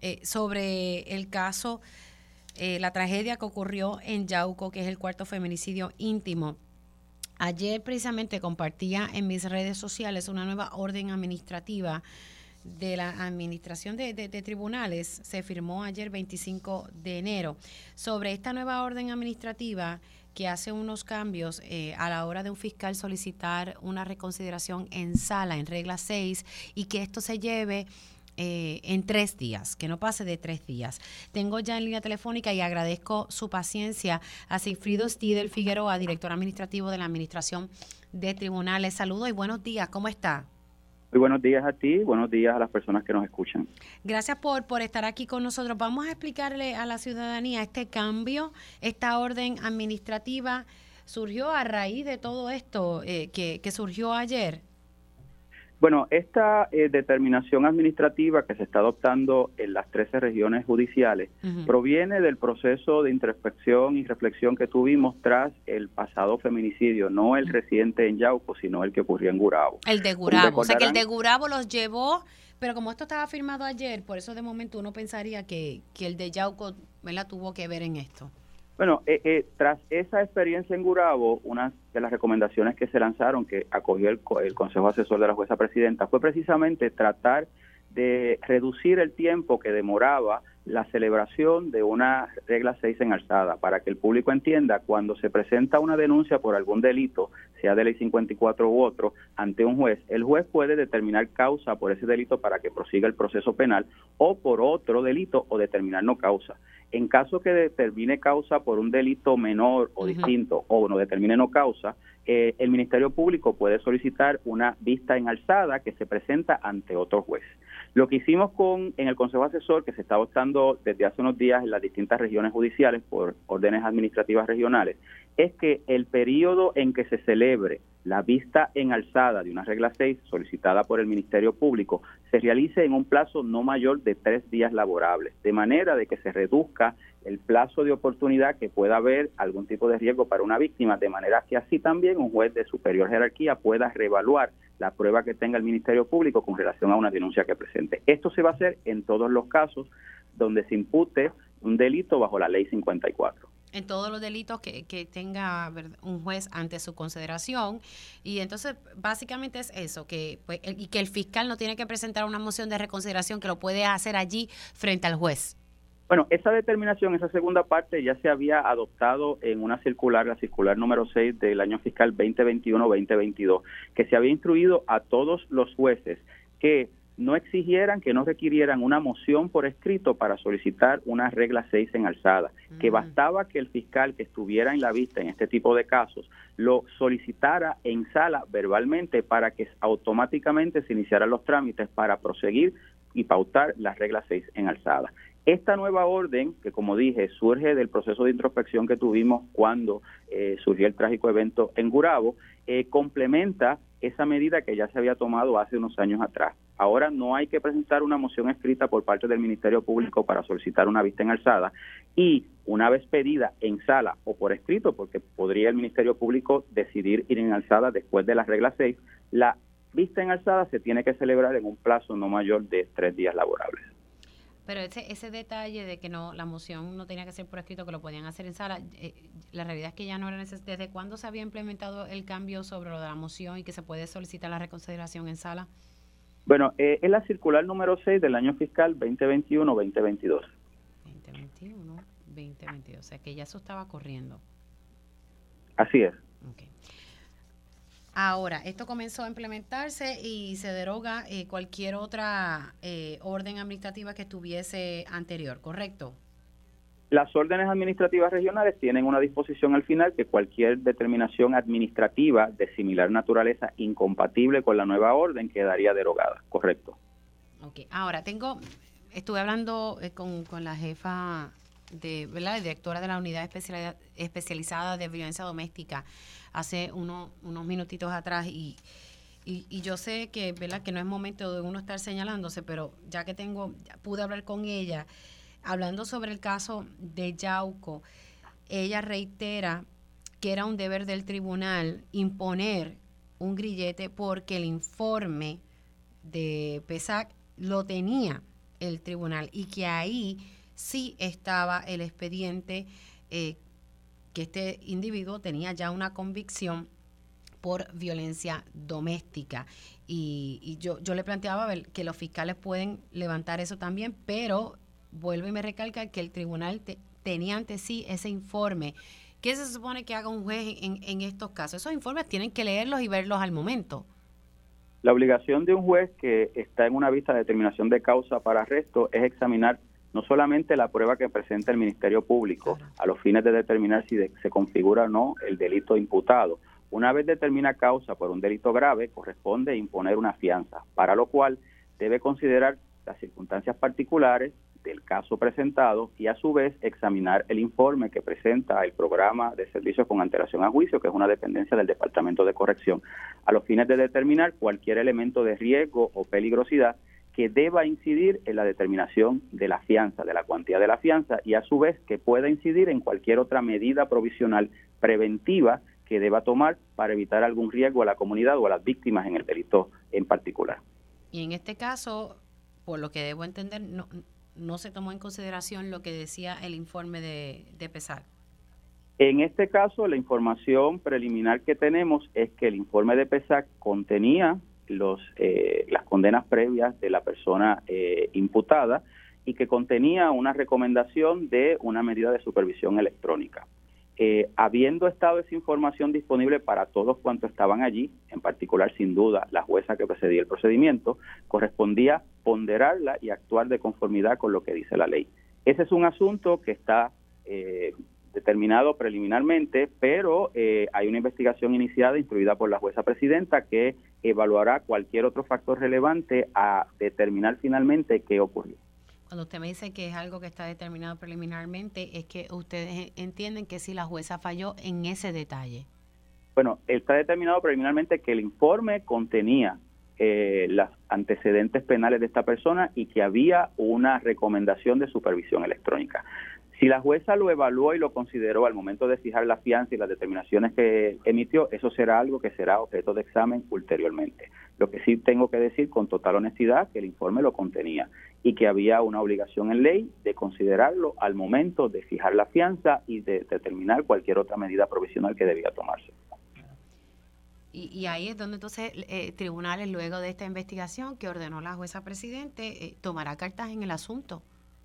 sobre el caso, la tragedia que ocurrió en Yauco, que es el 4º feminicidio íntimo. Ayer precisamente compartía en mis redes sociales una nueva orden administrativa de la Administración de Tribunales. Se firmó ayer 25 de enero. Sobre esta nueva orden administrativa que hace unos cambios a la hora de un fiscal solicitar una reconsideración en sala, en regla 6, y que esto se lleve en 3 días, que no pase de 3 días. Tengo ya en línea telefónica, y agradezco su paciencia, a Sigfrido Stidel Figueroa, director administrativo de la Administración de Tribunales. Saludos y buenos días, ¿cómo está? Muy buenos días a ti, buenos días a las personas que nos escuchan. Gracias por estar aquí con nosotros. Vamos a explicarle a la ciudadanía este cambio, esta orden administrativa surgió a raíz de todo esto que surgió ayer. Bueno, esta determinación administrativa que se está adoptando en las 13 regiones judiciales proviene del proceso de introspección y reflexión que tuvimos tras el pasado feminicidio, no el reciente en Yauco, sino el que ocurrió en Gurabo. El de Gurabo, o sea que el de Gurabo los llevó, pero como esto estaba firmado ayer, por eso de momento uno pensaría que el de Yauco tuvo que ver en esto. Bueno, tras esa experiencia en Gurabo, una de las recomendaciones que se lanzaron, que acogió el Consejo Asesor de la Jueza Presidenta, fue precisamente tratar de reducir el tiempo que demoraba la celebración de una regla 6 en alzada, para que el público entienda, cuando se presenta una denuncia por algún delito, sea de ley 54 u otro, ante un juez, el juez puede determinar causa por ese delito para que prosiga el proceso penal, o por otro delito, o determinar no causa. En caso que determine causa por un delito menor o distinto, o no determine no causa, el Ministerio Público puede solicitar una vista en alzada que se presenta ante otro juez. Lo que hicimos en el Consejo Asesor, que se está adoptando desde hace unos días en las distintas regiones judiciales por órdenes administrativas regionales, es que el periodo en que se celebre la vista en alzada de una regla 6 solicitada por el Ministerio Público se realice en un plazo no mayor de 3 días laborables, de manera de que se reduzca el plazo de oportunidad que pueda haber algún tipo de riesgo para una víctima, de manera que así también un juez de superior jerarquía pueda reevaluar la prueba que tenga el Ministerio Público con relación a una denuncia que presente. Esto se va a hacer en todos los casos donde se impute un delito bajo la Ley 54. En todos los delitos que tenga un juez ante su consideración. Y entonces básicamente es eso, que pues, y que el fiscal no tiene que presentar una moción de reconsideración, que lo puede hacer allí frente al juez. Bueno, esa determinación, esa segunda parte ya se había adoptado en una circular, la circular número 6 del año fiscal 2021-2022, que se había instruido a todos los jueces que no exigieran, que no requirieran una moción por escrito para solicitar una regla 6 en alzada, que bastaba que el fiscal que estuviera en la vista en este tipo de casos lo solicitara en sala verbalmente para que automáticamente se iniciaran los trámites para proseguir y pautar la regla 6 en alzada. Esta nueva orden, que como dije, surge del proceso de introspección que tuvimos cuando surgió el trágico evento en Gurabo, complementa esa medida que ya se había tomado hace unos años atrás. Ahora no hay que presentar una moción escrita por parte del Ministerio Público para solicitar una vista en alzada, y una vez pedida en sala o por escrito, porque podría el Ministerio Público decidir ir en alzada después de la regla 6, la vista en alzada se tiene que celebrar en un plazo no mayor de 3 días laborables. Pero ese detalle de que no, la moción no tenía que ser por escrito, que lo podían hacer en sala, la realidad es que ya no era necesario. ¿Desde cuándo se había implementado el cambio sobre lo de la moción y que se puede solicitar la reconsideración en sala? Bueno, es la circular número 6 del año fiscal 2021-2022. 2021-2022, o sea que ya eso estaba corriendo. Así es. Okay. Ahora, esto comenzó a implementarse y se deroga cualquier otra orden administrativa que estuviese anterior, ¿correcto? Las órdenes administrativas regionales tienen una disposición al final que cualquier determinación administrativa de similar naturaleza incompatible con la nueva orden quedaría derogada, ¿correcto? Ok, ahora estuve hablando con la jefa ¿verdad? La directora de la unidad especializada de violencia doméstica hace unos minutitos atrás y yo sé que, ¿verdad? Que no es momento de uno estar señalándose, pero ya que pude hablar con ella, hablando sobre el caso de Yauco, ella reitera que era un deber del tribunal imponer un grillete porque el informe de PESAC lo tenía el tribunal y que ahí sí estaba el expediente que este individuo tenía ya una convicción por violencia doméstica. Y yo le planteaba que los fiscales pueden levantar eso también, pero vuelve y me recalca que el tribunal tenía ante sí ese informe. ¿Qué se supone que haga un juez en estos casos? Esos informes tienen que leerlos y verlos al momento. La obligación de un juez que está en una vista de determinación de causa para arresto es examinar no solamente la prueba que presenta el Ministerio Público, claro, a los fines de determinar si se configura o no el delito imputado. Una vez determina causa por un delito grave, corresponde imponer una fianza, para lo cual debe considerar las circunstancias particulares del caso presentado y a su vez examinar el informe que presenta el programa de servicios con antelación a juicio, que es una dependencia del Departamento de Corrección, a los fines de determinar cualquier elemento de riesgo o peligrosidad que deba incidir en la determinación de la fianza, de la cuantía de la fianza, y a su vez que pueda incidir en cualquier otra medida provisional preventiva que deba tomar para evitar algún riesgo a la comunidad o a las víctimas en el delito en particular. Y en este caso, por lo que debo entender, no se tomó en consideración lo que decía el informe de PESAC. En este caso, la información preliminar que tenemos es que el informe de PESAC contenía las condenas previas de la persona imputada y que contenía una recomendación de una medida de supervisión electrónica. Habiendo estado esa información disponible para todos cuantos estaban allí, en particular, sin duda, la jueza que precedía el procedimiento, correspondía ponderarla y actuar de conformidad con lo que dice la ley. Ese es un asunto que está determinado preliminarmente, pero hay una investigación iniciada, instruida por la jueza presidenta, que evaluará cualquier otro factor relevante a determinar finalmente qué ocurrió. Cuando usted me dice que es algo que está determinado preliminarmente, es que ustedes entienden que si la jueza falló en ese detalle. Bueno, está determinado preliminarmente que el informe contenía los antecedentes penales de esta persona y que había una recomendación de supervisión electrónica. Si la jueza lo evaluó y lo consideró al momento de fijar la fianza y las determinaciones que emitió, eso será algo que será objeto de examen ulteriormente. Lo que sí tengo que decir con total honestidad que el informe lo contenía y que había una obligación en ley de considerarlo al momento de fijar la fianza y de determinar cualquier otra medida provisional que debía tomarse. Y ahí es donde entonces tribunales, luego de esta investigación que ordenó la jueza presidente, tomará cartas en el asunto.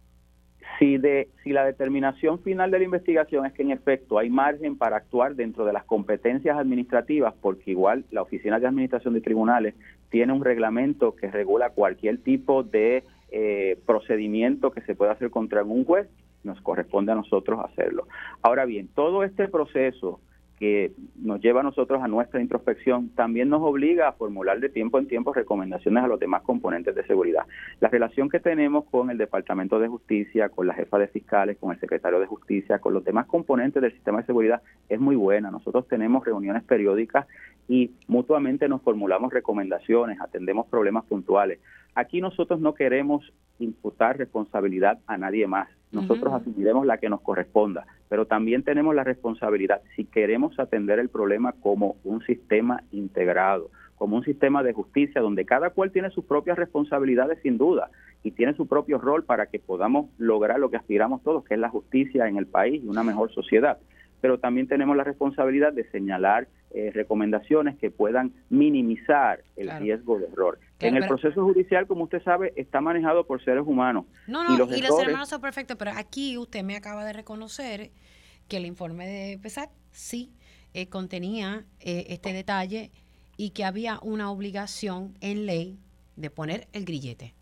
Si la determinación final de la investigación es que en efecto hay margen para actuar dentro de las competencias administrativas, porque igual la Oficina de Administración de Tribunales tiene un reglamento que regula cualquier tipo de procedimiento que se pueda hacer contra un juez, nos corresponde a nosotros hacerlo. Ahora bien, todo este proceso que nos lleva a nosotros a nuestra introspección, también nos obliga a formular de tiempo en tiempo recomendaciones a los demás componentes de seguridad. La relación que tenemos con el Departamento de Justicia, con la jefa de fiscales, con el secretario de Justicia, con los demás componentes del sistema de seguridad es muy buena. Nosotros tenemos reuniones periódicas y mutuamente nos formulamos recomendaciones, atendemos problemas puntuales. Aquí nosotros no queremos imputar responsabilidad a nadie más. Nosotros asumiremos la que nos corresponda, pero también tenemos la responsabilidad, si queremos atender el problema como un sistema integrado, como un sistema de justicia donde cada cual tiene sus propias responsabilidades sin duda y tiene su propio rol para que podamos lograr lo que aspiramos todos, que es la justicia en el país y una mejor sociedad. Pero también tenemos la responsabilidad de señalar recomendaciones que puedan minimizar el riesgo de error. En el proceso judicial, como usted sabe, está manejado por seres humanos. Y los seres humanos son perfectos, pero aquí usted me acaba de reconocer que el informe de PESAC sí contenía este detalle y que había una obligación en ley de poner el grillete.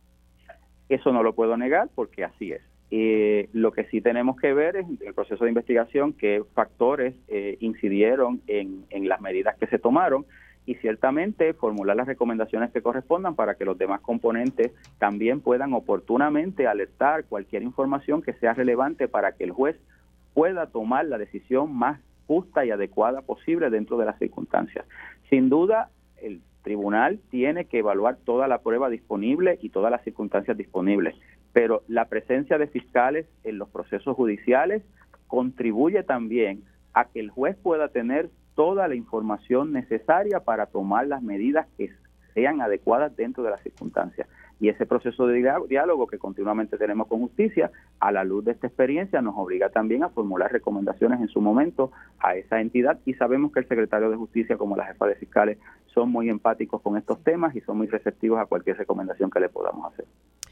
Eso no lo puedo negar porque así es. Lo que sí tenemos que ver es en el proceso de investigación qué factores incidieron en las medidas que se tomaron y ciertamente formular las recomendaciones que correspondan para que los demás componentes también puedan oportunamente alertar cualquier información que sea relevante para que el juez pueda tomar la decisión más justa y adecuada posible dentro de las circunstancias. Sin duda, el tribunal tiene que evaluar toda la prueba disponible y todas las circunstancias disponibles, pero la presencia de fiscales en los procesos judiciales contribuye también a que el juez pueda tener toda la información necesaria para tomar las medidas que sean adecuadas dentro de las circunstancias. Y ese proceso de diálogo que continuamente tenemos con justicia, a la luz de esta experiencia, nos obliga también a formular recomendaciones en su momento a esa entidad y sabemos que el secretario de Justicia, como la jefa de fiscales, son muy empáticos con estos temas y son muy receptivos a cualquier recomendación que le podamos hacer.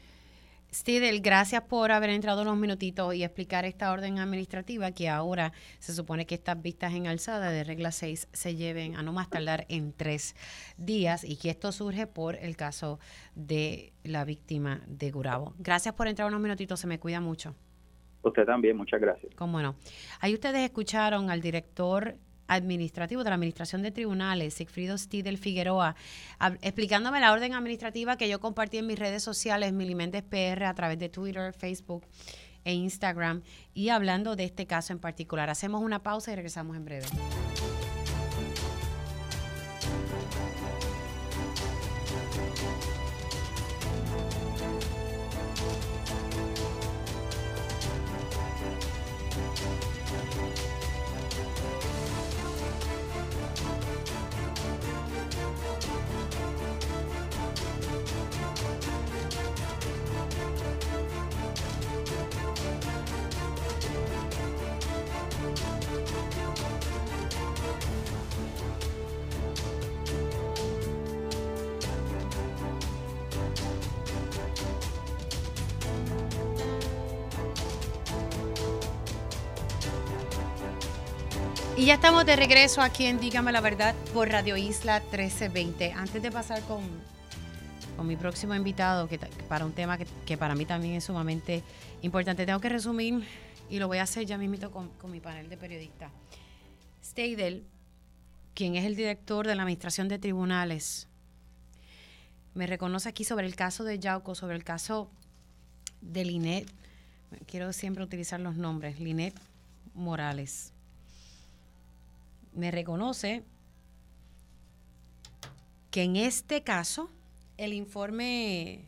Stidel, gracias por haber entrado unos minutitos y explicar esta orden administrativa que ahora se supone que estas vistas en alzada de regla 6 se lleven a no más tardar en 3 días y que esto surge por el caso de la víctima de Gurabo. Gracias por entrar unos minutitos, se me cuida mucho. Usted también, muchas gracias. Cómo no. Ahí ustedes escucharon al director administrativo de la Administración de Tribunales, Sigfrido Stidel Figueroa, explicándome la orden administrativa que yo compartí en mis redes sociales, Mili Méndez PR, a través de Twitter, Facebook e Instagram, y hablando de este caso en particular. Hacemos una pausa y regresamos en breve. Y ya estamos de regreso aquí en Dígame la Verdad por Radio Isla 1320. Antes de pasar con mi próximo invitado, que para un tema que para mí también es sumamente importante, tengo que resumir, y lo voy a hacer ya mismito con mi panel de periodistas. Stidel, quien es el director de la Administración de Tribunales, me reconoce aquí sobre el caso de Yauco, sobre el caso de Linet, quiero siempre utilizar los nombres, Linet Morales. me reconoce que en este caso el informe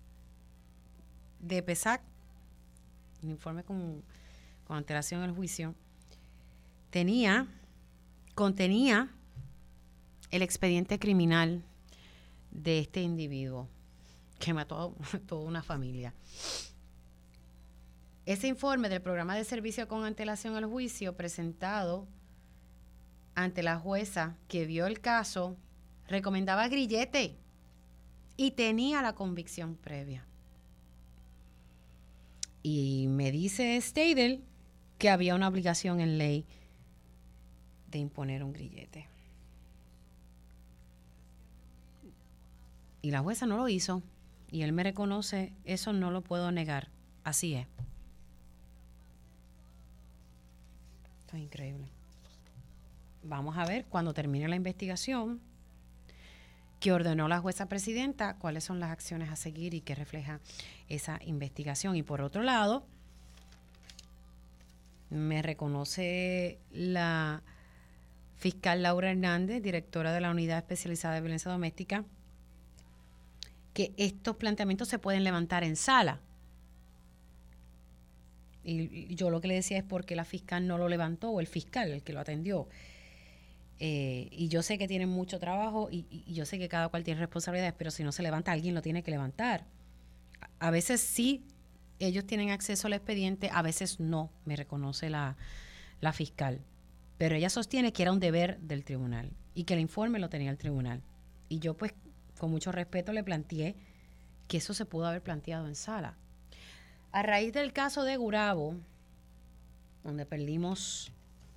de PESAC, el informe con antelación al juicio, contenía el expediente criminal de este individuo que mató a toda una familia. Ese informe del programa de servicio con antelación al juicio presentado ante la jueza que vio el caso recomendaba grillete y tenía la convicción previa. Y me dice Steidel que había una obligación en ley de imponer un grillete. Y la jueza no lo hizo. Y él me reconoce, eso no lo puedo negar. Así es. Esto es increíble. Vamos a ver cuando termine la investigación que ordenó la jueza presidenta, cuáles son las acciones a seguir y qué refleja esa investigación. Y por otro lado, me reconoce la fiscal Laura Hernández, directora de la Unidad Especializada de Violencia Doméstica, que estos planteamientos se pueden levantar en sala. Y yo lo que le decía es porque la fiscal no lo levantó, o el fiscal, el que lo atendió. Y yo sé que tienen mucho trabajo y yo sé que cada cual tiene responsabilidades, pero si no se levanta, alguien lo tiene que levantar. A veces sí, ellos tienen acceso al expediente, a veces no, me reconoce la fiscal. Pero ella sostiene que era un deber del tribunal y que el informe lo tenía el tribunal. Y yo pues con mucho respeto le planteé que eso se pudo haber planteado en sala. A raíz del caso de Gurabo, donde perdimos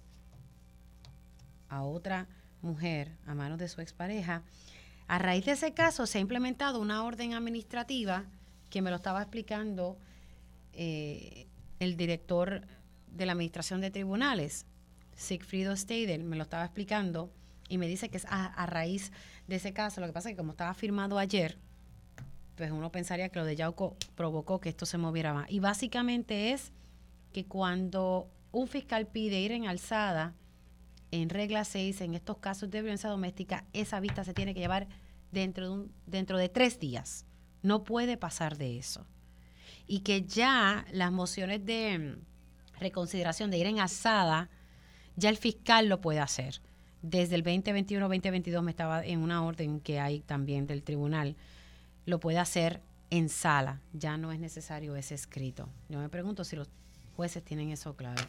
a otra mujer a manos de su expareja, a raíz de ese caso se ha implementado una orden administrativa que me lo estaba explicando el director de la Administración de Tribunales, Sigfrido Steidel, me lo estaba explicando y me dice que es a raíz de ese caso. Lo que pasa es que como estaba firmado ayer, pues uno pensaría que lo de Yauco provocó que esto se moviera más. Y básicamente es que cuando un fiscal pide ir en alzada, en regla 6, en estos casos de violencia doméstica, esa vista se tiene que llevar dentro de 3 días. No puede pasar de eso. Y que ya las mociones de reconsideración de ir en alzada, ya el fiscal lo puede hacer. Desde el 2021-2022 me estaba en una orden que hay también del tribunal, lo puede hacer en sala, ya no es necesario ese escrito. Yo me pregunto si los jueces tienen eso claro.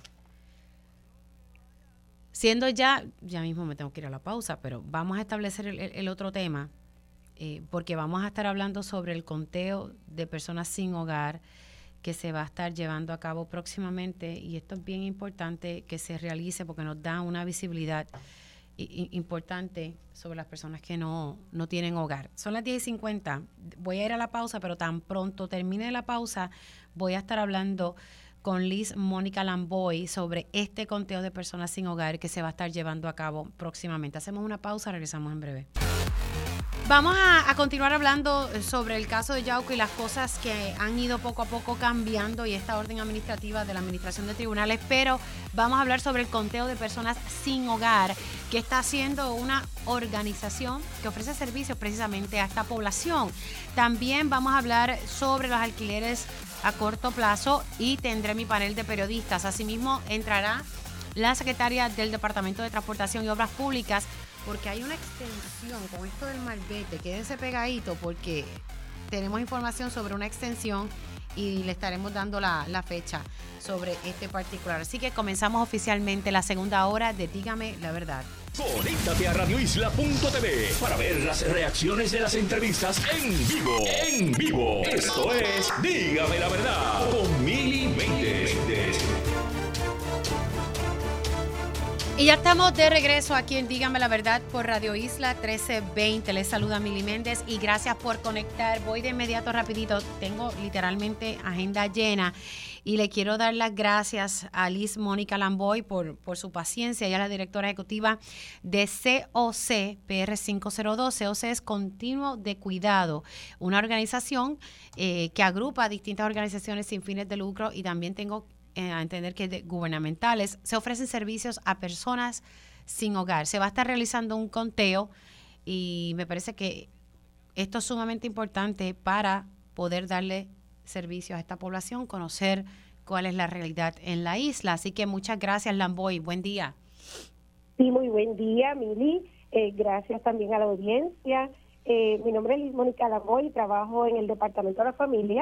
Siendo ya mismo me tengo que ir a la pausa, pero vamos a establecer el otro tema, porque vamos a estar hablando sobre el conteo de personas sin hogar que se va a estar llevando a cabo próximamente, y esto es bien importante que se realice porque nos da una visibilidad importante sobre las personas que no tienen hogar. Son las 10:50, voy a ir a la pausa, pero tan pronto termine la pausa voy a estar hablando con Liz Mónica Lamboy sobre este conteo de personas sin hogar que se va a estar llevando a cabo próximamente. Hacemos una pausa, regresamos en breve. Vamos a continuar hablando sobre el caso de Yauco y las cosas que han ido poco a poco cambiando y esta orden administrativa de la Administración de Tribunales, pero vamos a hablar sobre el conteo de personas sin hogar que está haciendo una organización que ofrece servicios precisamente a esta población. También vamos a hablar sobre los alquileres a corto plazo y tendré mi panel de periodistas. Asimismo, entrará la secretaria del Departamento de Transportación y Obras Públicas, porque hay una extensión con esto del malvete. Quédense pegadito porque tenemos información sobre una extensión y le estaremos dando la fecha sobre este particular. Así que comenzamos oficialmente la segunda hora de Dígame la Verdad. Conéctate a radioisla.tv para ver las reacciones de las entrevistas en vivo. En vivo. Esto es Dígame la Verdad con Mili Méndez. Y ya estamos de regreso aquí en Dígame la Verdad por Radio Isla 1320. Les saluda Mili Méndez y gracias por conectar. Voy de inmediato rapidito. Tengo literalmente agenda llena y le quiero dar las gracias a Liz Mónica Lamboy por su paciencia. Ella es la directora ejecutiva de COC PR 502. COC es Continuo de Cuidado, una organización que agrupa a distintas organizaciones sin fines de lucro y también tengo a entender que gubernamentales. Se ofrecen servicios a personas sin hogar. Se va a estar realizando un conteo y me parece que esto es sumamente importante para poder darle servicios a esta población, conocer cuál es la realidad en la isla. Así que muchas gracias, Lamboy. Buen día. Sí, muy buen día, Mili. Gracias también a la audiencia. Mi nombre es Liz Mónica Lamboy y trabajo en el Departamento de la Familia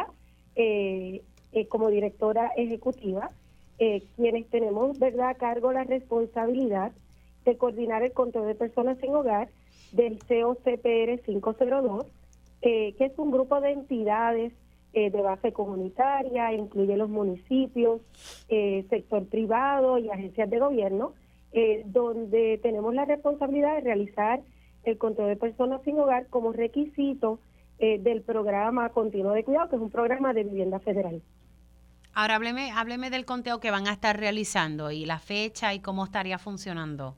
como directora ejecutiva, quienes tenemos, ¿verdad?, a cargo la responsabilidad de coordinar el conteo de personas sin hogar del COCPR 502, que es un grupo de entidades de base comunitaria, incluye los municipios, sector privado y agencias de gobierno, donde tenemos la responsabilidad de realizar el conteo de personas sin hogar como requisito del programa Continuo de Cuidado, que es un programa de vivienda federal. Ahora hábleme del conteo que van a estar realizando y la fecha y cómo estaría funcionando.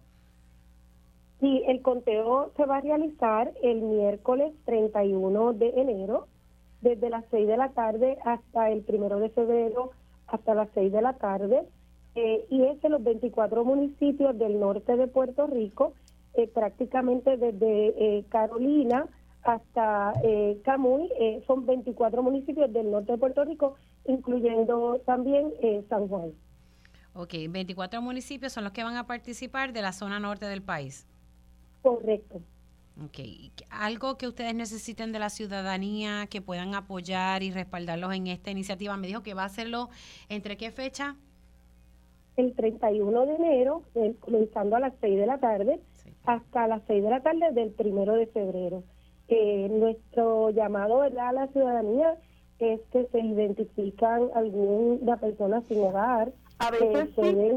Sí, el conteo se va a realizar el miércoles 31 de enero, desde las 6 de la tarde hasta el 1 de febrero, hasta las 6 de la tarde, y es en los 24 municipios del norte de Puerto Rico, prácticamente desde Carolina hasta Camuy. Son 24 municipios del norte de Puerto Rico, incluyendo también San Juan. Ok, 24 municipios son los que van a participar de la zona norte del país. Correcto. Ok, algo que ustedes necesiten de la ciudadanía, que puedan apoyar y respaldarlos en esta iniciativa. Me dijo que va a hacerlo, ¿entre qué fecha? El 31 de enero, comenzando a las 6 de la tarde, sí, hasta las 6 de la tarde del 1 de febrero. Nuestro llamado, ¿verdad?, a la ciudadanía es que se identifican alguna persona sin hogar. A veces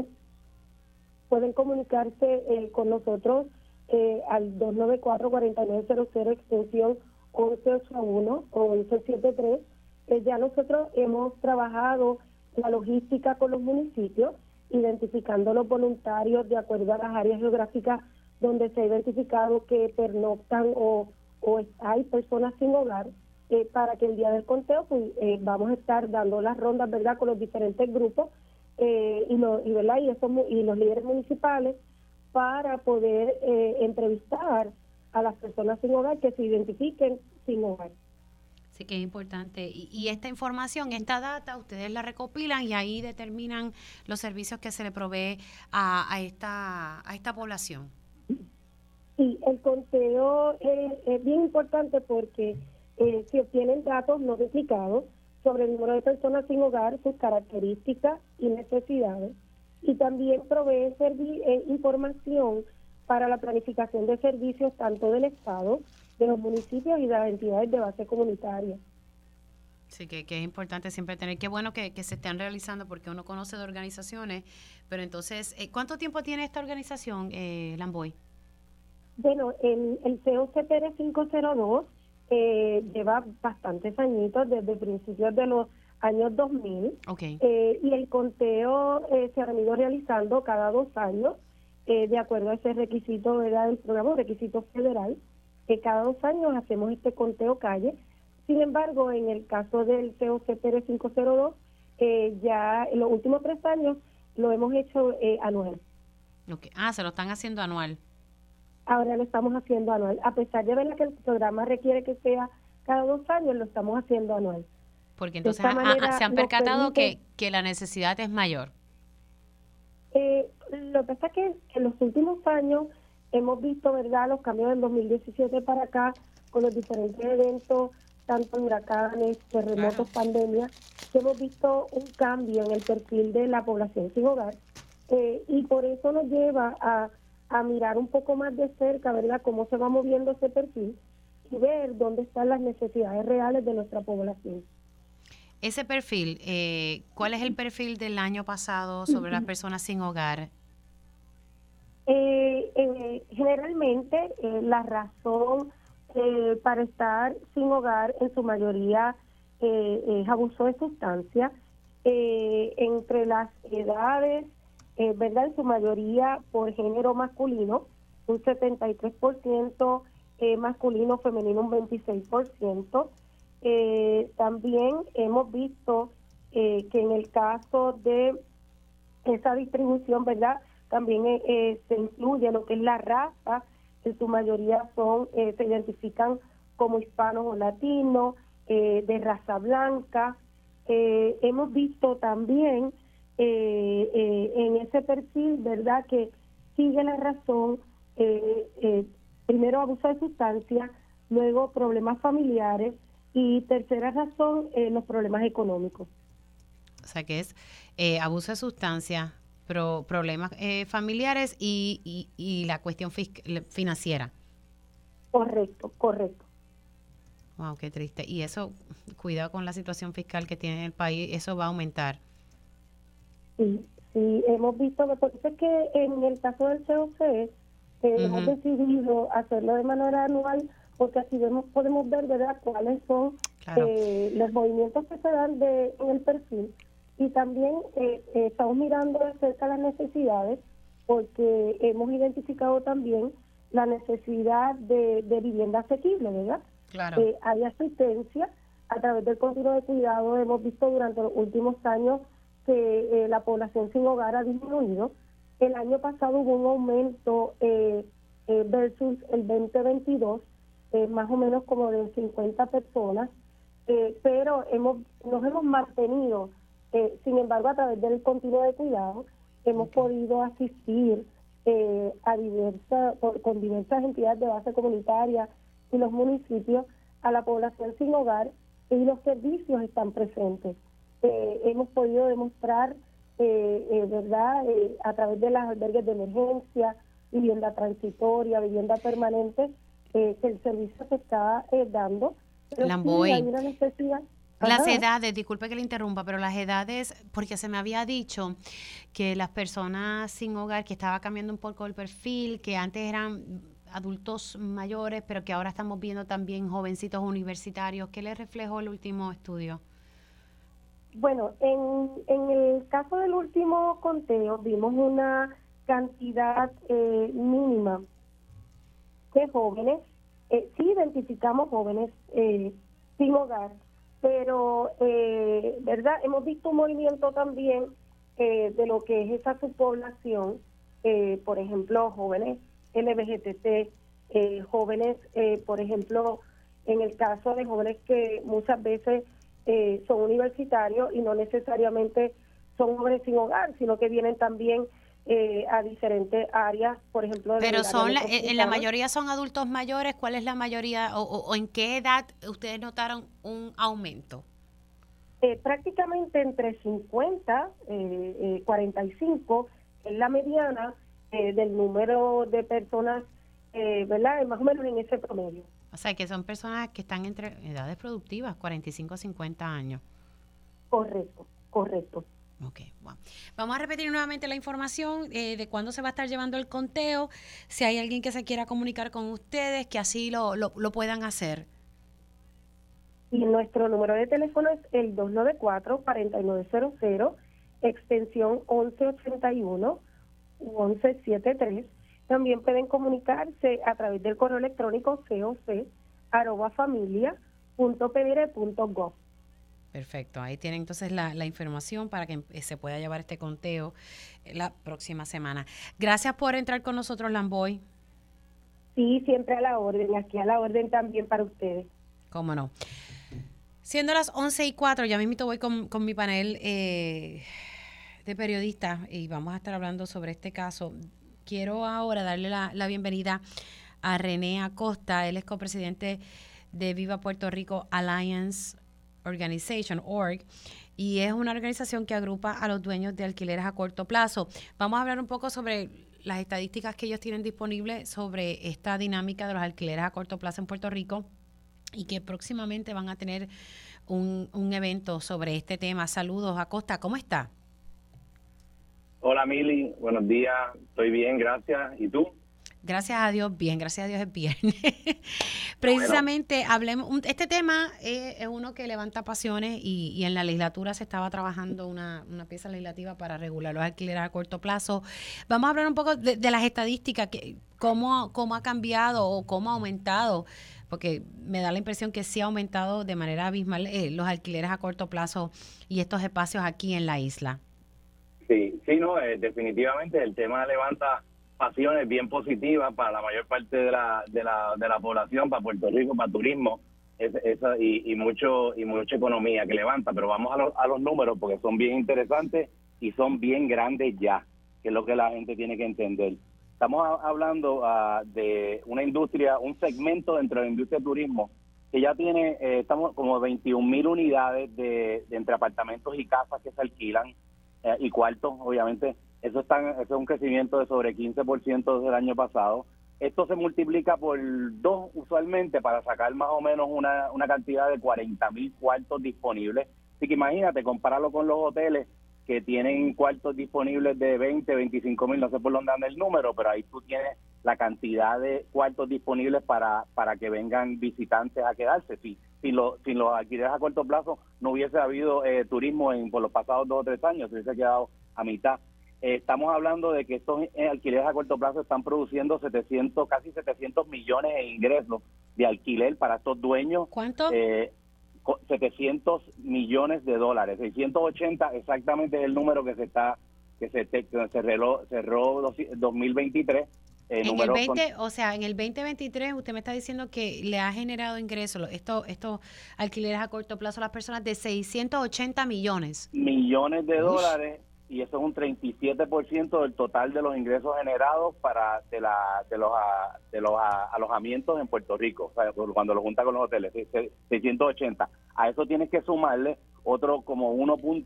pueden comunicarse con nosotros al 294-4900, extensión 1181 o 1173. Ya nosotros hemos trabajado la logística con los municipios, identificando los voluntarios de acuerdo a las áreas geográficas donde se ha identificado que pernoctan o hay personas sin hogar, para que el día del conteo pues, vamos a estar dando las rondas, ¿verdad?, con los diferentes grupos y los líderes municipales para poder entrevistar a las personas sin hogar que se identifiquen sin hogar. Sí, que es importante. Y esta información, esta data, ustedes la recopilan y ahí determinan los servicios que se le provee a esta población. Sí, el conteo es bien importante porque se obtienen datos no duplicados sobre el número de personas sin hogar, sus características y necesidades, y también provee información para la planificación de servicios tanto del Estado, de los municipios y de las entidades de base comunitaria. Sí, que es importante siempre tener, qué bueno que se estén realizando porque uno conoce de organizaciones, pero entonces, ¿cuánto tiempo tiene esta organización, Lamboy? Bueno, el COCPR 502 lleva bastantes añitos, desde principios de los años 2000, okay. Y el conteo se ha venido realizando cada 2 años, de acuerdo a ese requisito, ¿verdad?, del programa, un requisito federal, que cada 2 años hacemos este conteo calle. Sin embargo, en el caso del COCPR 502, ya en los últimos 3 años lo hemos hecho anual. Okay. Se lo están haciendo anual. Ahora lo estamos haciendo anual. A pesar de ver que el programa requiere que sea cada 2 años, lo estamos haciendo anual. Porque entonces se han percatado que la necesidad es mayor. Lo que pasa es que en los últimos años hemos visto, ¿verdad?, los cambios del 2017 para acá, con los diferentes eventos, tanto huracanes, terremotos, pandemias, que hemos visto un cambio en el perfil de la población sin hogar, y por eso nos lleva a mirar un poco más de cerca, ¿verdad?, cómo se va moviendo ese perfil y ver dónde están las necesidades reales de nuestra población. Ese perfil, ¿cuál es el perfil del año pasado sobre las personas sin hogar? Generalmente la razón para estar sin hogar en su mayoría es abuso de sustancias, entre las edades, ¿verdad?, en su mayoría por género masculino, un 73% masculino, femenino un 26%. También hemos visto que en el caso de esa distribución, ¿verdad?, también se incluye lo que es la raza, en su mayoría se identifican como hispanos o latinos, de raza blanca. Hemos visto también en ese perfil, ¿verdad?, que sigue la razón, primero abuso de sustancias, luego problemas familiares y tercera razón, los problemas económicos. O sea que es abuso de sustancias, problemas familiares y la cuestión financiera. Correcto. Wow, qué triste. Y eso, cuidado con la situación fiscal que tiene el país, eso va a aumentar. Sí, hemos visto que por eso es que en el caso del COC hemos decidido hacerlo de manera anual, porque así podemos ver, ¿verdad?, cuáles son los movimientos que se dan en el perfil, y también estamos mirando de cerca las necesidades, porque hemos identificado también la necesidad de vivienda asequible, ¿verdad? Claro. Hay asistencia a través del continuo de cuidado. Hemos visto durante los últimos años que la población sin hogar ha disminuido. El año pasado hubo un aumento versus el 2022, más o menos como de 50 personas, pero nos hemos mantenido. Sin embargo, a través del continuo de cuidado hemos podido asistir con diversas entidades de base comunitaria y los municipios a la población sin hogar, y los servicios están presentes. Hemos podido demostrar, ¿verdad?, a través de los albergues de emergencia, vivienda transitoria, vivienda permanente, que el servicio se está dando. Pero Lamboy, sí hay una necesidad. Las edades, disculpe que le interrumpa, pero las edades, porque se me había dicho que las personas sin hogar, que estaba cambiando un poco el perfil, que antes eran adultos mayores, pero que ahora estamos viendo también jovencitos universitarios. ¿Qué les reflejó el último estudio? Bueno, en el caso del último conteo vimos una cantidad mínima de jóvenes. Sí identificamos jóvenes sin hogar, pero, ¿verdad? Hemos visto un movimiento también de lo que es esa subpoblación, por ejemplo, jóvenes LGBTT, jóvenes, por ejemplo, en el caso de jóvenes que muchas veces son universitarios y no necesariamente son jóvenes sin hogar, sino que vienen también a diferentes áreas, por ejemplo. Pero en la mayoría son adultos mayores. ¿Cuál es la mayoría o en qué edad ustedes notaron un aumento? Prácticamente entre 50 45 es la mediana del número de personas, ¿verdad? Más o menos en ese promedio. O sea, que son personas que están entre edades productivas, 45 a 50 años. Correcto. Ok, bueno. Vamos a repetir nuevamente la información de cuándo se va a estar llevando el conteo. Si hay alguien que se quiera comunicar con ustedes, que así lo puedan hacer. Y nuestro número de teléfono es el 294-4900, extensión 1181 u 1173. También pueden comunicarse a través del correo electrónico coc@familia.pdr.gov. Perfecto, ahí tienen entonces la información para que se pueda llevar este conteo la próxima semana. Gracias por entrar con nosotros, Lamboy. Sí, siempre a la orden, aquí a la orden también para ustedes. Cómo no. Siendo las 11:04, ya mismito voy con mi panel de periodistas y vamos a estar hablando sobre este caso. Quiero ahora darle la bienvenida a René Acosta. Él es copresidente de Viva Puerto Rico Alliance Organization, org, y es una organización que agrupa a los dueños de alquileres a corto plazo. Vamos a hablar un poco sobre las estadísticas que ellos tienen disponibles sobre esta dinámica de los alquileres a corto plazo en Puerto Rico, y que próximamente van a tener un evento sobre este tema. Saludos, Acosta, ¿cómo está? Hola, Mili, buenos días, estoy bien, gracias. ¿Y tú? Gracias a Dios, bien, gracias a Dios es viernes. Precisamente, hablemos, este tema es uno que levanta pasiones y en la legislatura se estaba trabajando una pieza legislativa para regular los alquileres a corto plazo. Vamos a hablar un poco de las estadísticas, cómo ha cambiado o cómo ha aumentado, porque me da la impresión que sí ha aumentado de manera abismal los alquileres a corto plazo y estos espacios aquí en la isla. Sí, sí, no, definitivamente el tema levanta pasiones bien positivas para la mayor parte de la población, para Puerto Rico, para turismo, y mucha economía que levanta. Pero vamos a los números porque son bien interesantes y son bien grandes ya, que es lo que la gente tiene que entender. Estamos hablando de una industria, un segmento dentro de la industria de turismo que ya tiene, estamos como 21,000 unidades de entre apartamentos y casas que se alquilan y cuartos, obviamente. Eso es un crecimiento de sobre 15% desde el año pasado. Esto se multiplica por 2 usualmente para sacar más o menos una cantidad de 40,000 cuartos disponibles. Así que imagínate, compáralo con los hoteles que tienen cuartos disponibles de 20, 25,000, no sé por dónde anda el número, pero ahí tú tienes la cantidad de cuartos disponibles para que vengan visitantes a quedarse. Sin los alquileres a corto plazo no hubiese habido turismo por los pasados 2 o 3 años, se hubiese quedado a mitad. Estamos hablando de que estos alquileres a corto plazo están produciendo casi 700 millones en ingresos de alquiler para estos dueños. ¿Cuánto? 700 millones de dólares, 680 exactamente es el número que cerró 2023. En el 20, o sea, en el 2023 usted me está diciendo que le ha generado ingresos estos alquileres a corto plazo a las personas de 680 millones de dólares, y eso es un 37% del total de los ingresos generados de los alojamientos en Puerto Rico, o sea, cuando lo junta con los hoteles, 680. A eso tienes que sumarle otro como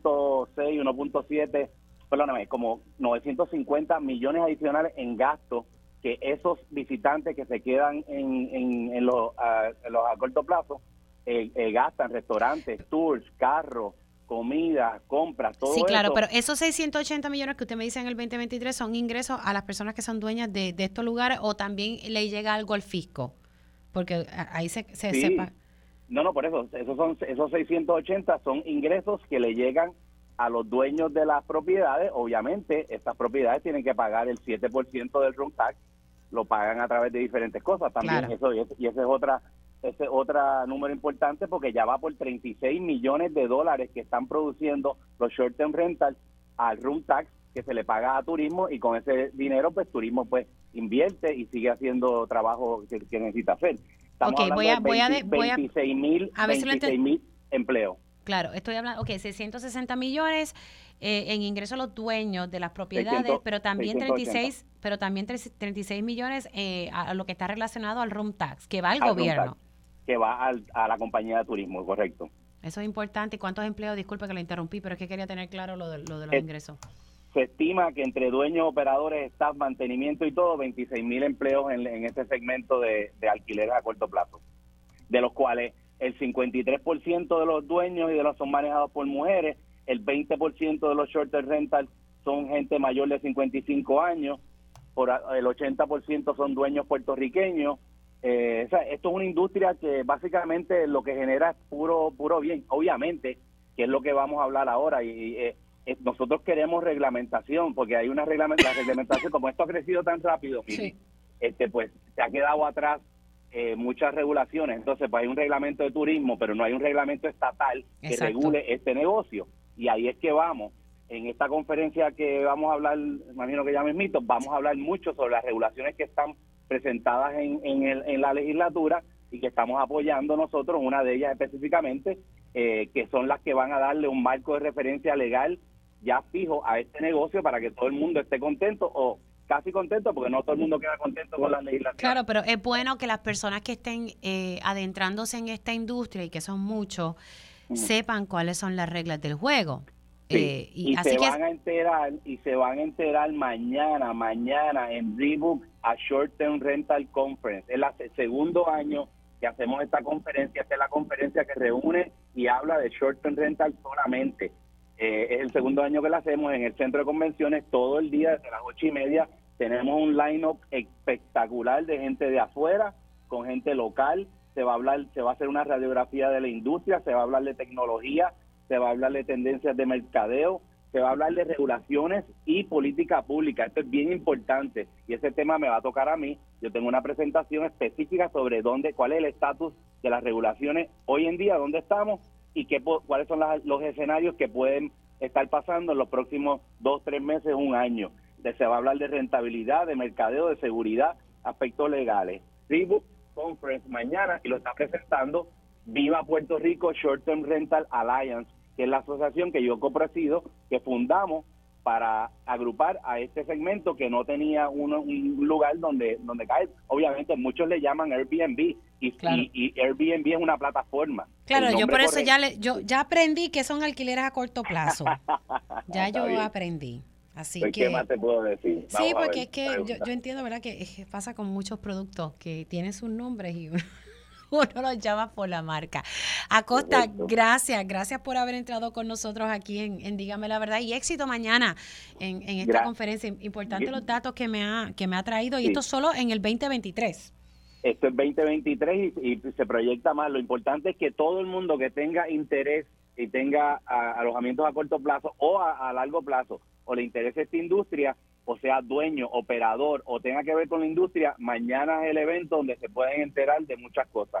1.7, como 950 millones adicionales en gastos que esos visitantes que se quedan en los a corto plazo gastan: restaurantes, tours, carros, comida, compras, todo eso. Sí, claro, pero esos 680 millones que usted me dice en el 2023 son ingresos a las personas que son dueñas de estos lugares, o también le llega algo al fisco, porque ahí se sí. sepa. No, por eso, esos 680 son ingresos que le llegan a los dueños de las propiedades. Obviamente, estas propiedades tienen que pagar el 7% del room tax, lo pagan a través de diferentes cosas también. Claro. Ese es otro número importante, porque ya va por 36 millones de dólares que están produciendo los short term rentals al room tax que se le paga a turismo, y con ese dinero pues turismo pues invierte y sigue haciendo trabajo que necesita hacer. Estamos hablando de 26,000 empleos. Claro, estoy hablando, 660 millones en ingresos a los dueños de las propiedades, 600, pero también 680. 36 millones a lo que está relacionado al room tax, que va al gobierno. Tax, que va a la compañía de turismo, correcto. Eso es importante. ¿Y cuántos empleos? Disculpe que lo interrumpí, pero es que quería tener claro lo de los ingresos. Se estima que entre dueños, operadores, staff, mantenimiento y todo, 26,000 empleos en este segmento de alquileres a corto plazo, de los cuales el 53% de los dueños y de los son manejados por mujeres, el 20% de los short-term rentals son gente mayor de 55 años, el 80% son dueños puertorriqueños. Esto es una industria que básicamente lo que genera es puro bien, obviamente, que es lo que vamos a hablar ahora, y nosotros queremos reglamentación, porque hay la reglamentación, como esto ha crecido tan rápido, sí. Pues se ha quedado atrás muchas regulaciones. Entonces pues hay un reglamento de turismo, pero no hay un reglamento estatal que regule este negocio, y ahí es que vamos. En esta conferencia que vamos a hablar, imagino que ya mismito, vamos a hablar mucho sobre las regulaciones que están presentadas en la legislatura y que estamos apoyando nosotros, una de ellas específicamente, que son las que van a darle un marco de referencia legal ya fijo a este negocio para que todo el mundo esté contento, o casi contento, porque no todo el mundo queda contento con la legislación. Claro, pero es bueno que las personas que estén adentrándose en esta industria, y que son muchos, sepan cuáles son las reglas del juego. Sí, y se van a enterar mañana en Rebook a Short Term Rental Conference. Es el segundo año que hacemos esta conferencia. Esta es la conferencia que reúne y habla de Short Term Rental solamente. Es el segundo año que la hacemos en el centro de convenciones, todo el día desde las 8:30. Tenemos un line-up espectacular de gente de afuera con gente local. Se va a hacer una radiografía de la industria, se va a hablar de tecnología, se va a hablar de tendencias de mercadeo, se va a hablar de regulaciones y política pública. Esto es bien importante y ese tema me va a tocar a mí. Yo tengo una presentación específica sobre cuál es el estatus de las regulaciones hoy en día, dónde estamos y cuáles son los escenarios que pueden estar pasando en los próximos 2-3 meses, un año. Se va a hablar de rentabilidad, de mercadeo, de seguridad, aspectos legales. Reboot Conference mañana, y lo está presentando Viva Puerto Rico Short Term Rental Alliance, que es la asociación que yo copresido, que fundamos para agrupar a este segmento que no tenía un lugar donde caer. Obviamente muchos le llaman Airbnb y, claro. y Airbnb es una plataforma. Claro, yo por eso ya aprendí que son alquileres a corto plazo. Ya yo aprendí. Así pues, que, ¿qué más te puedo decir? Sí, porque es que yo entiendo, ¿verdad? Que pasa con muchos productos que tienen sus nombres y uno los llama por la marca. Acosta, gracias por haber entrado con nosotros aquí en Dígame la Verdad, y éxito mañana en esta conferencia. Importante los datos que me ha traído, y esto solo en el 2023. Esto es 2023 y se proyecta más. Lo importante es que todo el mundo que tenga interés y tenga alojamientos a corto plazo o a largo plazo, o le interese esta industria, o sea dueño, operador, o tenga que ver con la industria, mañana es el evento donde se pueden enterar de muchas cosas.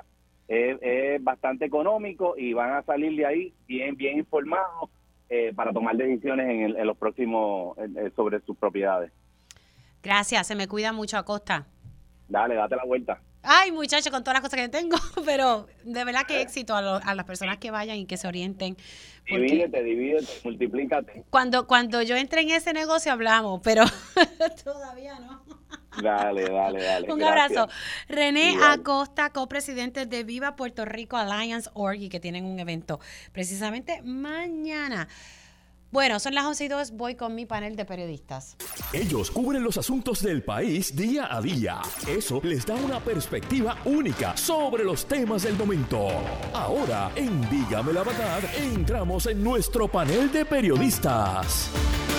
Es bastante económico y van a salir de ahí bien informados para tomar decisiones en los próximos sobre sus propiedades. Gracias, se me cuida mucho, Acosta. Dale, date la vuelta. Ay, muchacho, con todas las cosas que tengo, pero de verdad que éxito a las personas que vayan y que se orienten. Divídete, multiplícate. Cuando yo entré en ese negocio hablamos, pero todavía no. Dale. Un abrazo. René Acosta, copresidente de Viva Puerto Rico Alliance Org, y que tienen un evento precisamente mañana. Bueno, son las 11:02, voy con mi panel de periodistas. Ellos cubren los asuntos del país día a día. Eso les da una perspectiva única sobre los temas del momento. Ahora, en Dígame la Verdad, entramos en nuestro panel de periodistas.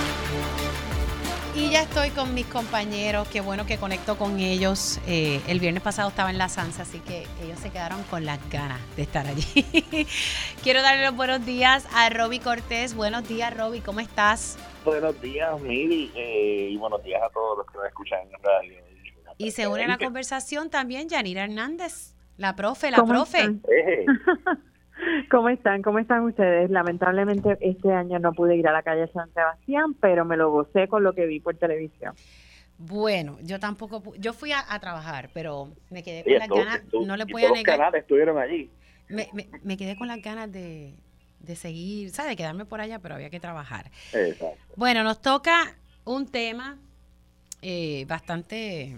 Y ya estoy con mis compañeros, qué bueno que conecto con ellos. El viernes pasado estaba en la Sansa, así que ellos se quedaron con las ganas de estar allí. Quiero darle los buenos días a Roby Cortés. Buenos días, Roby, ¿cómo estás? Buenos días, Mili, y buenos días a todos los que nos escuchan en radio. Y se une a la conversación también Yanira Hernández, la profe. ¿Cómo están ustedes? Lamentablemente este año no pude ir a la calle San Sebastián, pero me lo gocé con lo que vi por televisión. Bueno, yo tampoco, yo fui a trabajar, pero me quedé con las ganas, no le voy a negar. Los canales estuvieron allí. Me quedé con las ganas de seguir, ¿sabes? De quedarme por allá, pero había que trabajar. Exacto. Bueno, nos toca un tema bastante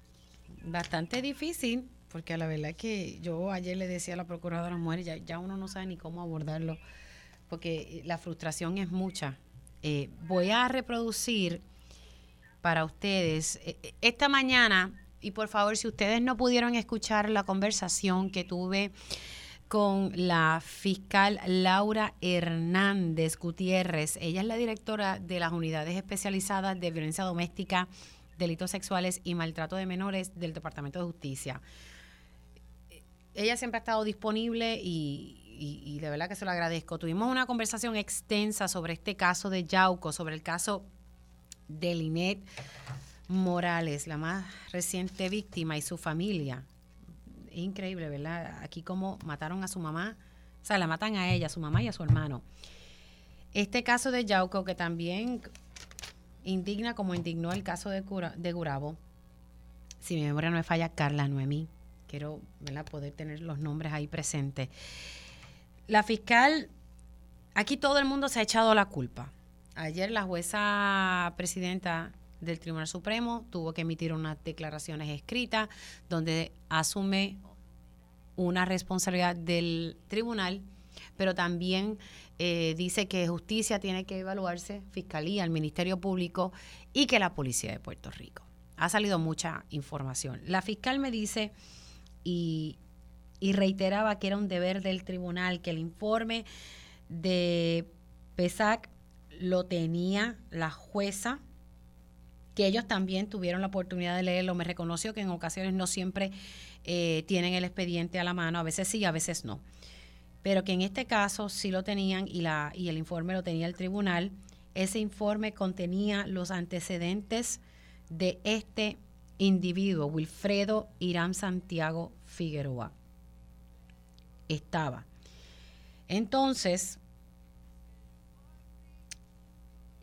difícil, porque la verdad es que yo ayer le decía a la Procuradora de las Mujeres, ya uno no sabe ni cómo abordarlo, porque la frustración es mucha. Voy a reproducir para ustedes esta mañana, y por favor, si ustedes no pudieron escuchar la conversación que tuve con la fiscal Laura Hernández Gutiérrez, ella es la directora de las unidades especializadas de violencia doméstica, delitos sexuales y maltrato de menores del Departamento de Justicia. Ella siempre ha estado disponible y de verdad que se lo agradezco. Tuvimos una conversación extensa sobre este caso de Yauco, sobre el caso de Lynette Morales, la más reciente víctima, y su familia. Es increíble, ¿verdad? Aquí como mataron a su mamá, o sea, la matan a ella, a su mamá y a su hermano. Este caso de Yauco, que también indigna como indignó el caso de Gurabo, si mi memoria no me falla, Carla Noemí. Quiero, ¿verdad?, poder tener los nombres ahí presentes. La fiscal, aquí todo el mundo se ha echado la culpa. Ayer la jueza presidenta del Tribunal Supremo tuvo que emitir unas declaraciones escritas donde asume una responsabilidad del tribunal, pero también dice que justicia tiene que evaluarse, fiscalía, el Ministerio Público y que la Policía de Puerto Rico. Ha salido mucha información. La fiscal me dice y reiteraba que era un deber del tribunal, que el informe de PESAC lo tenía la jueza, que ellos también tuvieron la oportunidad de leerlo. Me reconoció que en ocasiones no siempre tienen el expediente a la mano, a veces sí, a veces no, pero que en este caso sí lo tenían y el informe lo tenía el tribunal. Ese informe contenía los antecedentes de este individuo, Wilfredo Irán Santiago Figueroa. Estaba. Entonces,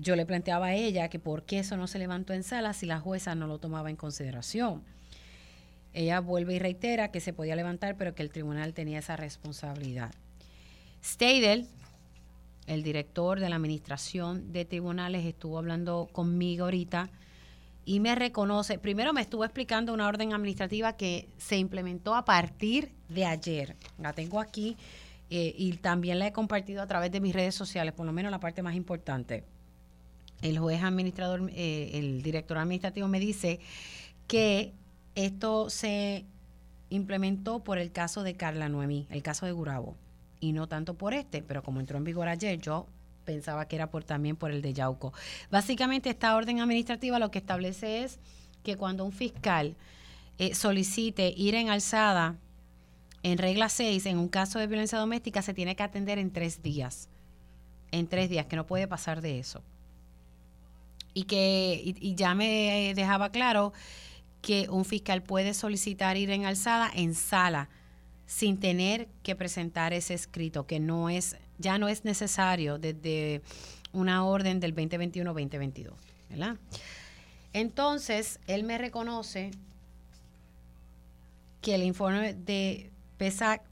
yo le planteaba a ella que por qué eso no se levantó en sala si la jueza no lo tomaba en consideración. Ella vuelve y reitera que se podía levantar, pero que el tribunal tenía esa responsabilidad. Steidel, el director de la Administración de Tribunales, estuvo hablando conmigo ahorita y me reconoce, primero me estuvo explicando una orden administrativa que se implementó a partir de ayer. La tengo aquí y también la he compartido a través de mis redes sociales, por lo menos la parte más importante. El juez administrador, el director administrativo me dice que esto se implementó por el caso de Carla Noemí, el caso de Gurabo, y no tanto por pero como entró en vigor ayer, yo pensaba que era también por el de Yauco. Básicamente esta orden administrativa lo que establece es que cuando un fiscal solicite ir en alzada en regla 6 en un caso de violencia doméstica, se tiene que atender en 3 días. En 3 días, que no puede pasar de eso. Y ya me dejaba claro que un fiscal puede solicitar ir en alzada en sala sin tener que presentar ese escrito, que ya no es necesario desde una orden del 2021-2022, ¿verdad? Entonces, él me reconoce que el informe de PESAC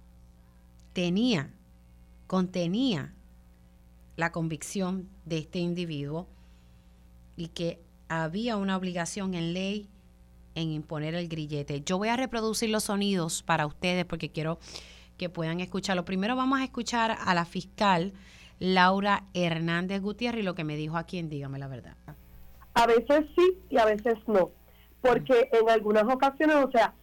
contenía la convicción de este individuo y que había una obligación en ley en imponer el grillete. Yo voy a reproducir los sonidos para ustedes porque quiero que puedan escucharlo. Primero vamos a escuchar a la fiscal Laura Hernández Gutiérrez y lo que me dijo aquí en Dígame la Verdad. A veces sí y a veces no, porque en algunas ocasiones, o sea,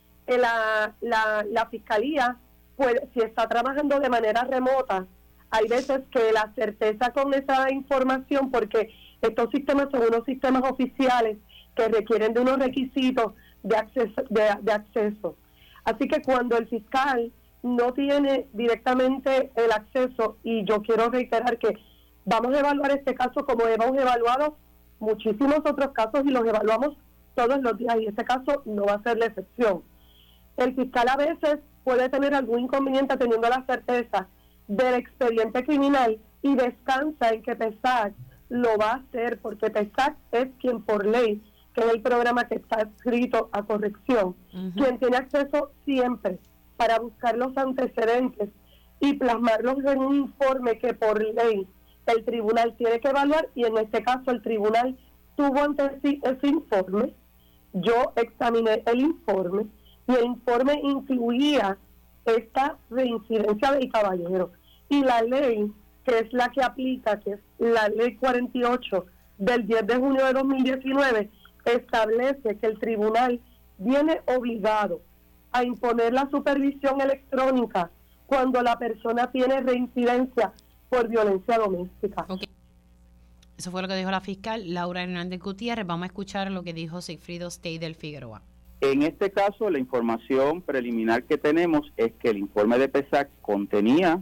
la fiscalía, pues, si está trabajando de manera remota, hay veces que la certeza con esa información, porque estos sistemas son unos sistemas oficiales que requieren de unos requisitos de acceso. Así que cuando el fiscal no tiene directamente el acceso, y yo quiero reiterar que vamos a evaluar este caso como hemos evaluado muchísimos otros casos y los evaluamos todos los días, y este caso no va a ser la excepción. El fiscal a veces puede tener algún inconveniente teniendo la certeza del expediente criminal y descansa en que PESAC lo va a hacer, porque PESAC es quien por ley, que es el programa que está adscrito a corrección, quien tiene acceso siempre para buscar los antecedentes y plasmarlos en un informe que por ley el tribunal tiene que evaluar, y en este caso el tribunal tuvo ante sí ese informe. Yo examiné el informe y el informe incluía esta reincidencia del caballero, y la ley que es la que aplica, que es la ley 48 del 10 de junio de 2019, establece que el tribunal viene obligado a imponer la supervisión electrónica cuando la persona tiene reincidencia por violencia doméstica. Okay. Eso fue lo que dijo la fiscal Laura Hernández Gutiérrez. Vamos a escuchar lo que dijo Sigfrido Steidel Figueroa. En este caso, la información preliminar que tenemos es que el informe de PESAC contenía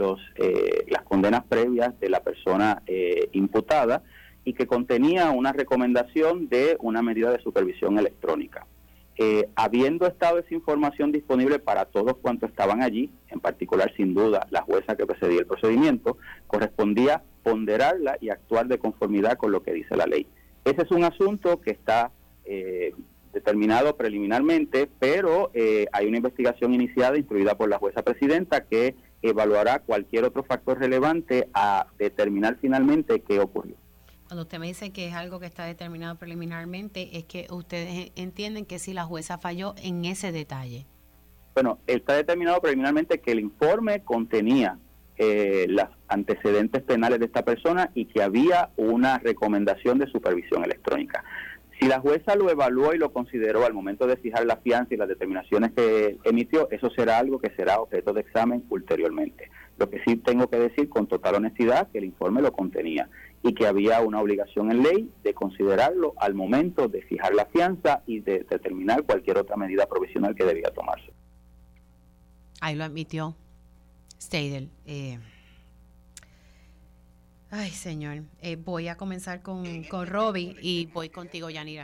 las condenas previas de la persona imputada, y que contenía una recomendación de una medida de supervisión electrónica. Habiendo estado esa información disponible para todos cuantos estaban allí, en particular, sin duda, la jueza que precedía el procedimiento, correspondía ponderarla y actuar de conformidad con lo que dice la ley. Ese es un asunto que está determinado preliminarmente, pero hay una investigación iniciada, instruida por la jueza presidenta, que evaluará cualquier otro factor relevante a determinar finalmente qué ocurrió. Cuando usted me dice que es algo que está determinado preliminarmente, es que ustedes entienden que si la jueza falló en ese detalle. Bueno, está determinado preliminarmente que el informe contenía los antecedentes penales de esta persona y que había una recomendación de supervisión electrónica. Si la jueza lo evaluó y lo consideró al momento de fijar la fianza y las determinaciones que emitió, eso será algo que será objeto de examen ulteriormente. Lo que sí tengo que decir con total honestidad, que el informe lo contenía y que había una obligación en ley de considerarlo al momento de fijar la fianza y de determinar cualquier otra medida provisional que debía tomarse. Ahí lo admitió Steidel. Ay, señor. Voy a comenzar con Robbie y voy contigo, Yanira.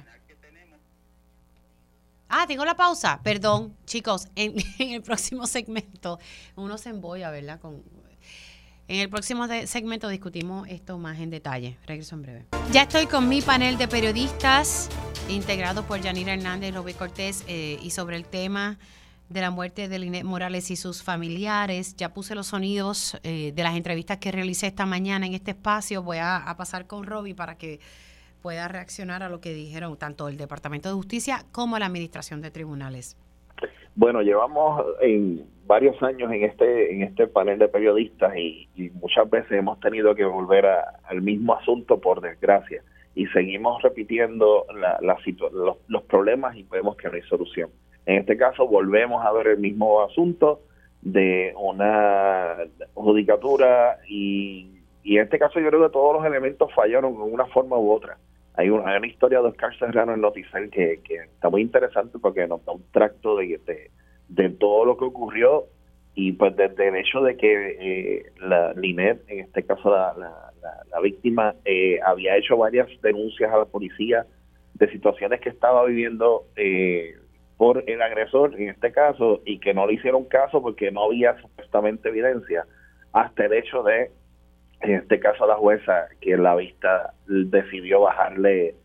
Tengo la pausa. Perdón, chicos, en el próximo segmento uno se embolla, ¿verdad? En el próximo segmento discutimos esto más en detalle. Regreso en breve. Ya estoy con mi panel de periodistas, integrado por Yanira Hernández y Roby Cortés, y sobre el tema de la muerte de Linet Morales y sus familiares. Ya puse los sonidos de las entrevistas que realicé esta mañana en este espacio. Voy a pasar con Roby para que pueda reaccionar a lo que dijeron tanto el Departamento de Justicia como la Administración de Tribunales. Bueno, llevamos varios años en este panel de periodistas y muchas veces hemos tenido que volver al mismo asunto, por desgracia, y seguimos repitiendo los problemas y vemos que no hay solución. En este caso volvemos a ver el mismo asunto de una judicatura y en este caso yo creo que todos los elementos fallaron de una forma u otra. Hay una historia de Oscar Serrano en Noticel que está muy interesante porque nos da un tracto de todo lo que ocurrió y pues desde el hecho de que la Linet, en este caso la víctima, había hecho varias denuncias a la policía de situaciones que estaba viviendo por el agresor en este caso y que no le hicieron caso porque no había supuestamente evidencia, hasta el hecho de, en este caso la jueza, que en la vista decidió bajarle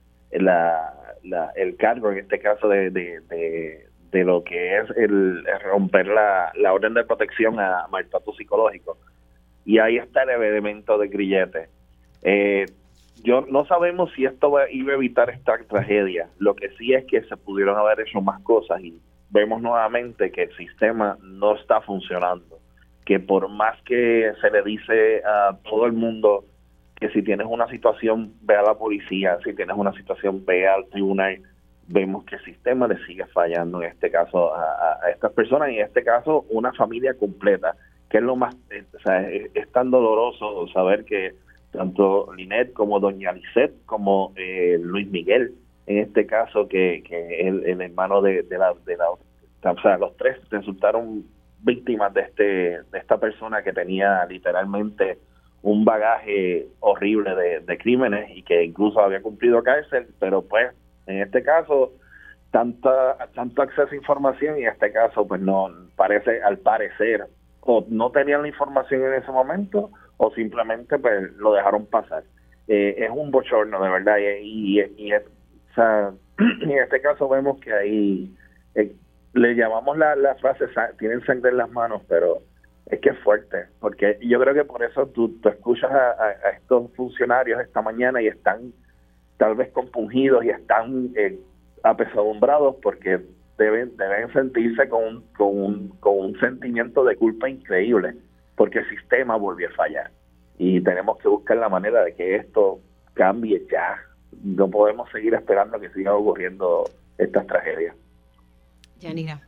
el cargo, en este caso de lo que es el romper la orden de protección a maltrato psicológico. Y ahí está el elemento de grillete. Yo no sabemos si esto iba a evitar esta tragedia. Lo que sí es que se pudieron haber hecho más cosas y vemos nuevamente que el sistema no está funcionando. Que por más que se le dice a todo el mundo que si tienes una situación, ve a la policía, si tienes una situación, ve al tribunal, vemos que el sistema le sigue fallando en este caso a estas personas y en este caso una familia completa, que es lo más, es tan doloroso saber que tanto Linet como doña Lisette como Luis Miguel, en este caso que el hermano de la o sea, los tres resultaron víctimas de esta persona que tenía literalmente un bagaje horrible de crímenes y que incluso había cumplido cárcel, pero pues en este caso tanto acceso a información y en este caso pues no parece, al parecer, o no tenían la información en ese momento o simplemente pues lo dejaron pasar. Es un bochorno de verdad y o sea, en este caso vemos que ahí le llamamos la frase tienen sangre en las manos, pero es que es fuerte, porque yo creo que por eso tú escuchas a estos funcionarios esta mañana y están tal vez compungidos y están apesadumbrados porque deben sentirse con un sentimiento de culpa increíble, porque el sistema volvió a fallar y tenemos que buscar la manera de que esto cambie ya. No podemos seguir esperando que sigan ocurriendo estas tragedias. Yanira,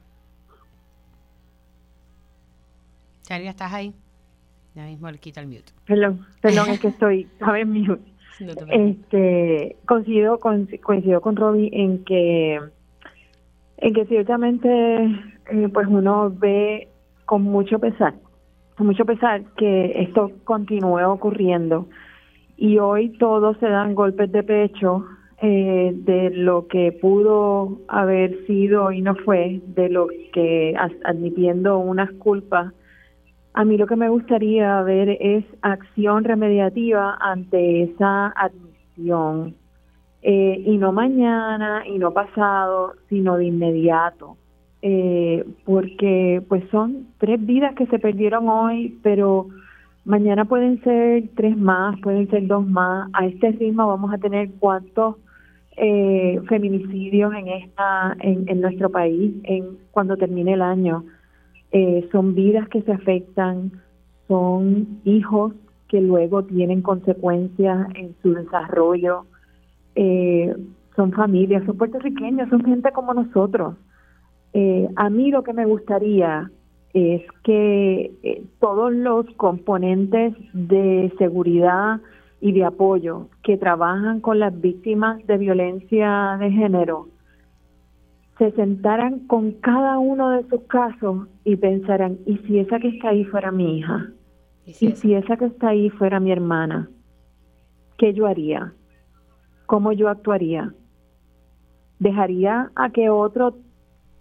¿estás ahí? Ya mismo le quita el mute. Perdón, es que estoy, ¿sabes? Mute. No te coincido con Roby en que ciertamente pues uno ve con mucho pesar que esto continúe ocurriendo y hoy todos se dan golpes de pecho de lo que pudo haber sido y no fue, de lo que admitiendo unas culpas. A mí lo que me gustaría ver es acción remediativa ante esa admisión, y no mañana y no pasado, sino de inmediato, porque pues son 3 vidas que se perdieron hoy, pero mañana pueden ser 3 más, pueden ser 2 más. A este ritmo vamos a tener cuántos feminicidios en nuestro país cuando termine el año. Son vidas que se afectan, son hijos que luego tienen consecuencias en su desarrollo, son familias, son puertorriqueños, son gente como nosotros. A mí lo que me gustaría es que todos los componentes de seguridad y de apoyo que trabajan con las víctimas de violencia de género se sentaran con cada uno de sus casos y pensaran, ¿y si esa que está ahí fuera mi hija? ¿Y si esa que está ahí fuera mi hermana? ¿Qué yo haría? ¿Cómo yo actuaría? ¿Dejaría a que otro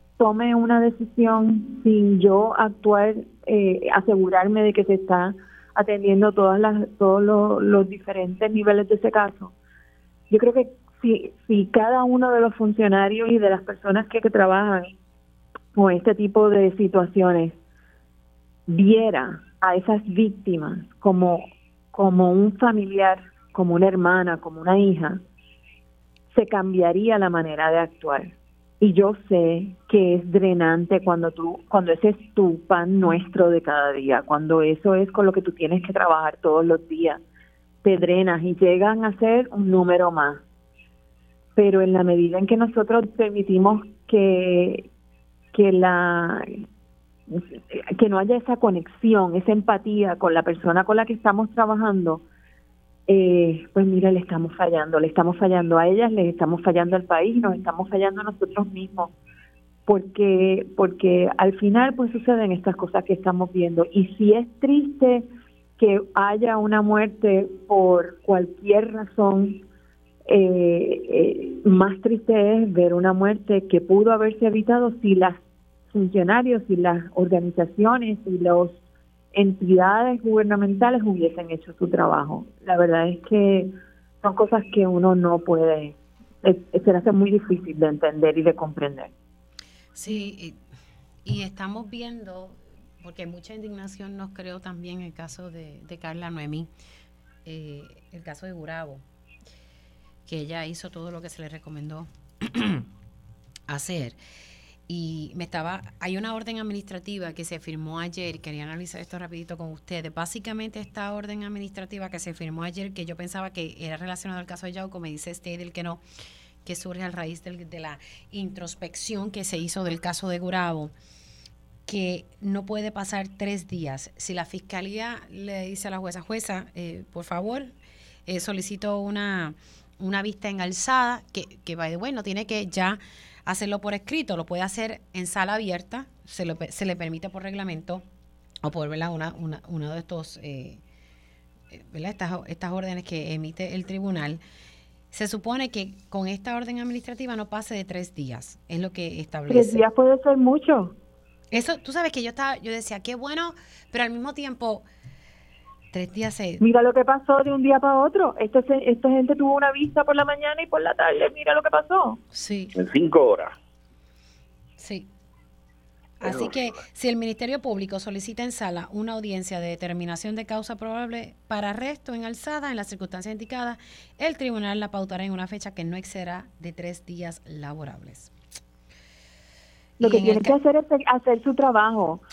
tome una decisión sin yo actuar, asegurarme de que se está atendiendo todos los diferentes niveles de ese caso. Yo creo que si cada uno de los funcionarios y de las personas que trabajan con este tipo de situaciones viera a esas víctimas como un familiar, como una hermana, como una hija, se cambiaría la manera de actuar. Y yo sé que es drenante cuando ese es tu pan nuestro de cada día, cuando eso es con lo que tú tienes que trabajar todos los días, te drenas y llegan a ser un número más. Pero en la medida en que nosotros permitimos que no haya esa conexión, esa empatía con la persona con la que estamos trabajando, pues mira, le estamos fallando a ellas, les estamos fallando al país, nos estamos fallando a nosotros mismos, porque al final pues suceden estas cosas que estamos viendo. Y si es triste que haya una muerte por cualquier razón, más triste es ver una muerte que pudo haberse evitado si los funcionarios y las organizaciones y las entidades gubernamentales hubiesen hecho su trabajo. La verdad es que son cosas que uno no puede, se le hace muy difícil de entender y de comprender. Sí, y estamos viendo, porque mucha indignación nos creó también el caso de Carla Noemí, el caso de Gurabo, que ella hizo todo lo que se le recomendó hacer. Y hay una orden administrativa que se firmó ayer, quería analizar esto rapidito con ustedes. Básicamente esta orden administrativa que se firmó ayer, que yo pensaba que era relacionada al caso de Yauco, me dice Stedel que no, que surge a raíz de la introspección que se hizo del caso de Gurabo, que no puede pasar 3 días. Si la fiscalía le dice a la jueza, por favor, solicito una vista en alzada, que by the way, no tiene que ya hacerlo por escrito, lo puede hacer en sala abierta, se le permite por reglamento o por uno de estos estas órdenes que emite el tribunal. Se supone que con esta orden administrativa no pase de 3 días, es lo que establece. 3 días puede ser mucho. Eso, tú sabes que yo decía, qué bueno, pero al mismo tiempo 3 días Mira lo que pasó de un día para otro. Esta gente tuvo una vista por la mañana y por la tarde. Mira lo que pasó. Sí. En 5 horas. Sí. Así que si el Ministerio Público solicita en sala una audiencia de determinación de causa probable para arresto en alzada en las circunstancias indicadas, el tribunal la pautará en una fecha que no excederá de 3 días laborables. Lo que tienen que hacer es hacer su trabajo.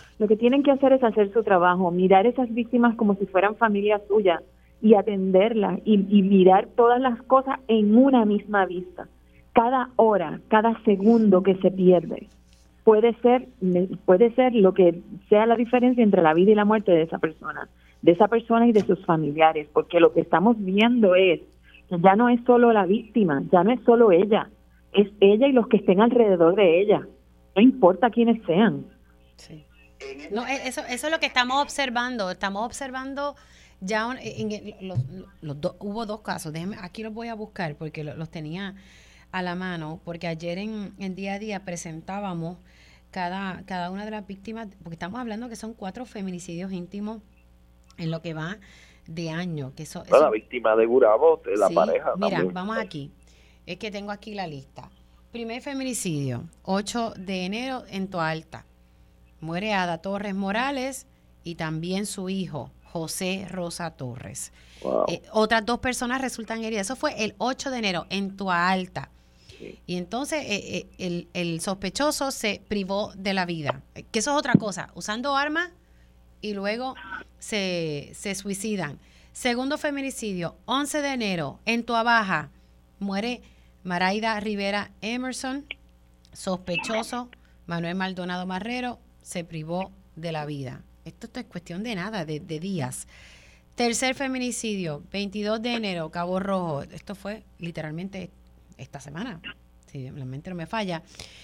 Mirar esas víctimas como si fueran familia suya y atenderlas y mirar todas las cosas en una misma vista. Cada hora, cada segundo que se pierde puede ser lo que sea la diferencia entre la vida y la muerte de esa persona y de sus familiares, porque lo que estamos viendo es que ya no es solo la víctima, ya no es solo ella, es ella y los que estén alrededor de ella. No importa quiénes sean. Sí. No, eso es lo que estamos observando. Estamos observando ya hubo 2 casos. Aquí los voy a buscar porque los tenía a la mano, porque ayer en Día a Día presentábamos cada una de las víctimas, porque estamos hablando que son 4 feminicidios íntimos en lo que va de año. La víctima de Gurabo, la pareja. Mira, también. vamos aquí. Es que tengo aquí la lista. Primer feminicidio, 8 de enero en Toalta. Muere Ada Torres Morales y también su hijo, José Rosa Torres. Wow. Otras 2 personas resultan heridas. Eso fue el 8 de enero en Toalta. Sí. Y entonces el sospechoso se privó de la vida. Que eso es otra cosa. Usando armas y luego se suicidan. Segundo feminicidio, 11 de enero en Tuabaja. Muere Maraida Rivera Emerson, sospechoso, Manuel Maldonado Marrero, se privó de la vida. Esto es cuestión de nada, de días. Tercer feminicidio, 22 de enero, Cabo Rojo. Esto fue literalmente esta semana, si la mente no me falla.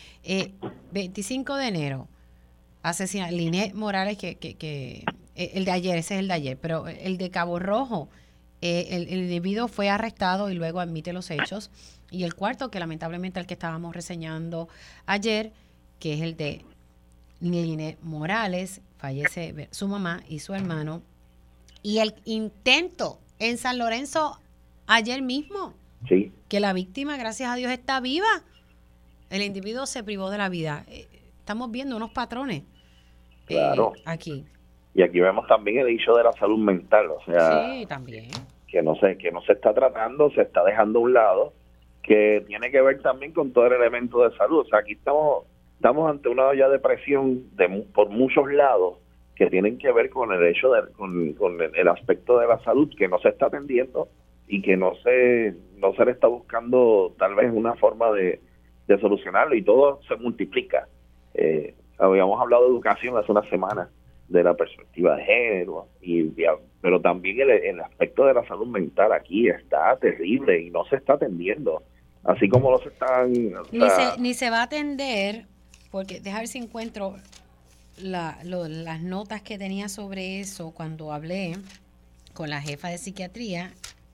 25 de enero, asesina Linet Morales, que el de ayer, ese es el de ayer, pero el de Cabo Rojo, el individuo fue arrestado y luego admite los hechos. Y el cuarto, que lamentablemente el que estábamos reseñando ayer, que es el de Linet Morales, fallece su mamá y su hermano Y el intento en San Lorenzo ayer mismo, Sí. que la víctima, gracias a Dios, está viva. El individuo se privó de la vida. Estamos viendo unos patrones Claro. aquí. Y aquí vemos también el hecho de la salud mental, o sea, Sí, también. que no se está tratando, se está dejando a un lado, que tiene que ver también con todo el elemento de salud. O sea, aquí estamos ante una olla de presión por muchos lados que tienen que ver con el hecho con el aspecto de la salud que no se está atendiendo y que no se le está buscando tal vez una forma de solucionarlo, y todo se multiplica. Habíamos hablado de educación hace una semana, de la perspectiva de género, pero también el aspecto de la salud mental aquí está terrible y no se está atendiendo, así como los están... Ni se va a atender, porque deja ver si encuentro las notas que tenía sobre eso cuando hablé con la jefa de psiquiatría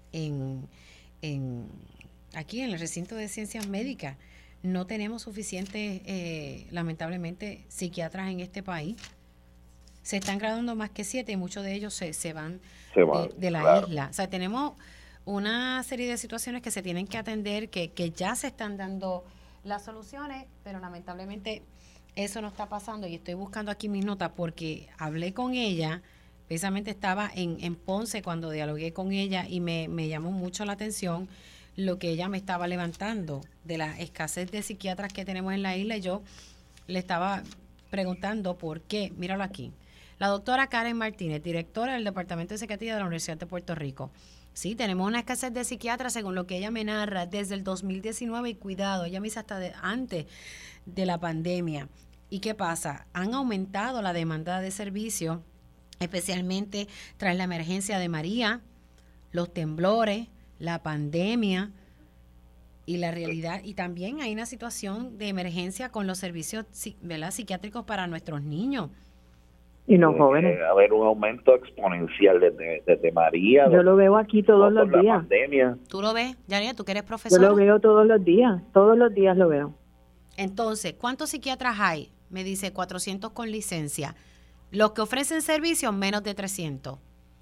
aquí en el recinto de ciencias médicas. No tenemos suficientes, lamentablemente, psiquiatras en este país. Se están graduando más que 7 y muchos de ellos se van de la claro. isla. O sea, tenemos una serie de situaciones que se tienen que atender, que ya se están dando las soluciones, pero lamentablemente eso no está pasando. Y estoy buscando aquí mis notas porque hablé con ella, precisamente estaba en Ponce cuando dialogué con ella, y me llamó mucho la atención lo que ella me estaba levantando de la escasez de psiquiatras que tenemos en la isla. Y yo le estaba preguntando por qué. Míralo aquí. La doctora Karen Martínez, directora del Departamento de Psiquiatría de la Universidad de Puerto Rico. Sí, tenemos una escasez de psiquiatras, según lo que ella me narra, desde el 2019, y cuidado, ella me dice hasta antes de la pandemia. ¿Y qué pasa? Han aumentado la demanda de servicios, especialmente tras la emergencia de María, los temblores, la pandemia y la realidad. Y también hay una situación de emergencia con los servicios, ¿verdad?, psiquiátricos para nuestros niños. Y los jóvenes. Haber un aumento exponencial desde María. Yo lo veo aquí todos los días. Pandemia. ¿Tú lo ves, Yanira? ¿Tú que eres profesora? Yo lo veo todos los días lo veo. Entonces, ¿cuántos psiquiatras hay? Me dice 400 con licencia. Los que ofrecen servicios, menos de 300.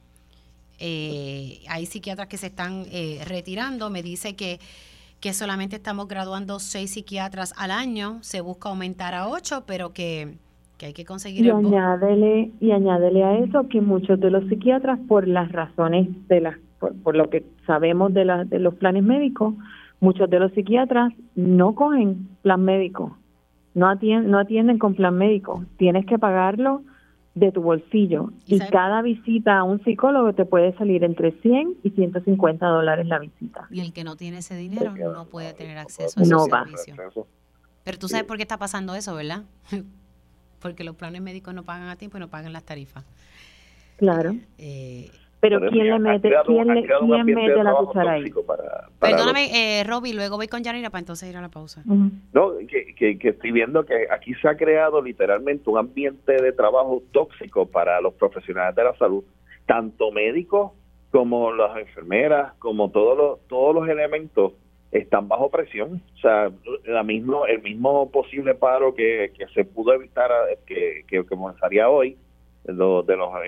Hay psiquiatras que se están retirando. Me dice que solamente estamos graduando 6 psiquiatras al año. Se busca aumentar a 8, pero que hay que conseguir y añádele a eso que muchos de los psiquiatras, por las razones por lo que sabemos de los planes médicos, muchos de los psiquiatras no cogen plan médico, no atienden con plan médico, tienes que pagarlo de tu bolsillo, y cada visita a un psicólogo te puede salir entre $100 y $150 la visita. Y el que no tiene ese dinero no puede tener acceso a esos servicios. Pero tú sabes por qué está pasando eso, ¿verdad? Porque los planes médicos no pagan a tiempo y no pagan las tarifas. Claro. Pero ¿quién le mete la cuchara ahí? Perdóname, Roby, luego voy con Yanira para entonces ir a la pausa. Uh-huh. No, que estoy viendo que aquí se ha creado literalmente un ambiente de trabajo tóxico para los profesionales de la salud, tanto médicos como las enfermeras, como todos los elementos están bajo presión. O sea, el mismo posible paro que se pudo evitar, que comenzaría hoy, los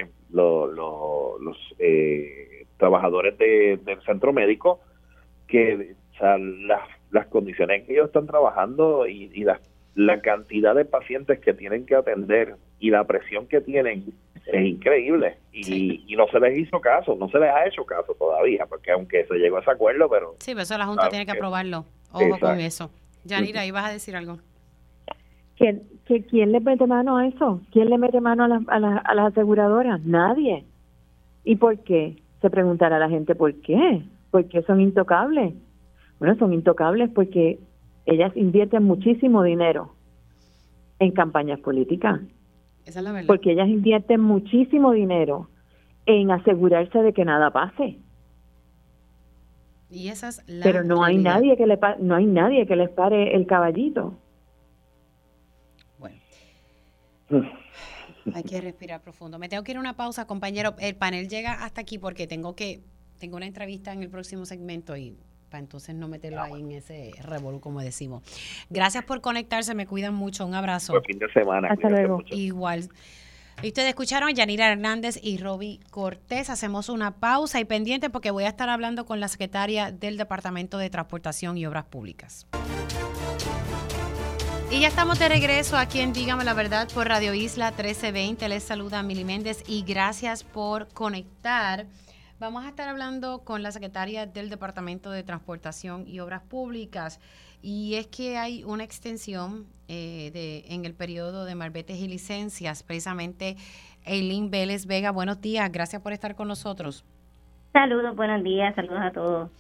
trabajadores del centro médico, que, o sea, las condiciones en que ellos están trabajando y la cantidad de pacientes que tienen que atender y la presión que tienen es increíble, y no se les hizo caso, no se les ha hecho caso todavía, porque aunque se llegó a ese acuerdo, pero... Sí, pero eso la Junta tiene que aprobarlo. Ojo con eso. Yanira, ¿ibas a decir algo? ¿Quién le mete mano a eso? ¿Quién le mete mano a las aseguradoras? Nadie. ¿Y por qué? Se preguntará la gente, ¿por qué? ¿Por qué son intocables? Bueno, son intocables porque ellas invierten muchísimo dinero en campañas políticas. Esa es la verdad. Porque ellas invierten muchísimo dinero en asegurarse de que nada pase. Y esa es la Pero no hay nadie que les pare el caballito. Bueno. Hay que respirar profundo. Me tengo que ir a una pausa, compañero. El panel llega hasta aquí porque tengo una entrevista en el próximo segmento, y para entonces no meterlo ahí en ese revolú, como decimos. Gracias por conectarse, me cuidan mucho. Un abrazo. Buen fin de semana. Hasta luego. Igual. Y ustedes escucharon a Yanira Hernández y Roby Cortés. Hacemos una pausa y pendiente porque voy a estar hablando con la secretaria del Departamento de Transportación y Obras Públicas. Y ya estamos de regreso aquí en Dígame la Verdad por Radio Isla 1320. Les saluda Mili Méndez y gracias por conectar. Vamos a estar hablando con la secretaria del Departamento de Transportación y Obras Públicas. Y es que hay una extensión en el periodo de malbetes y licencias. Precisamente, Eileen Vélez Vega, buenos días. Gracias por estar con nosotros. Saludos, buenos días. Saludos a todos.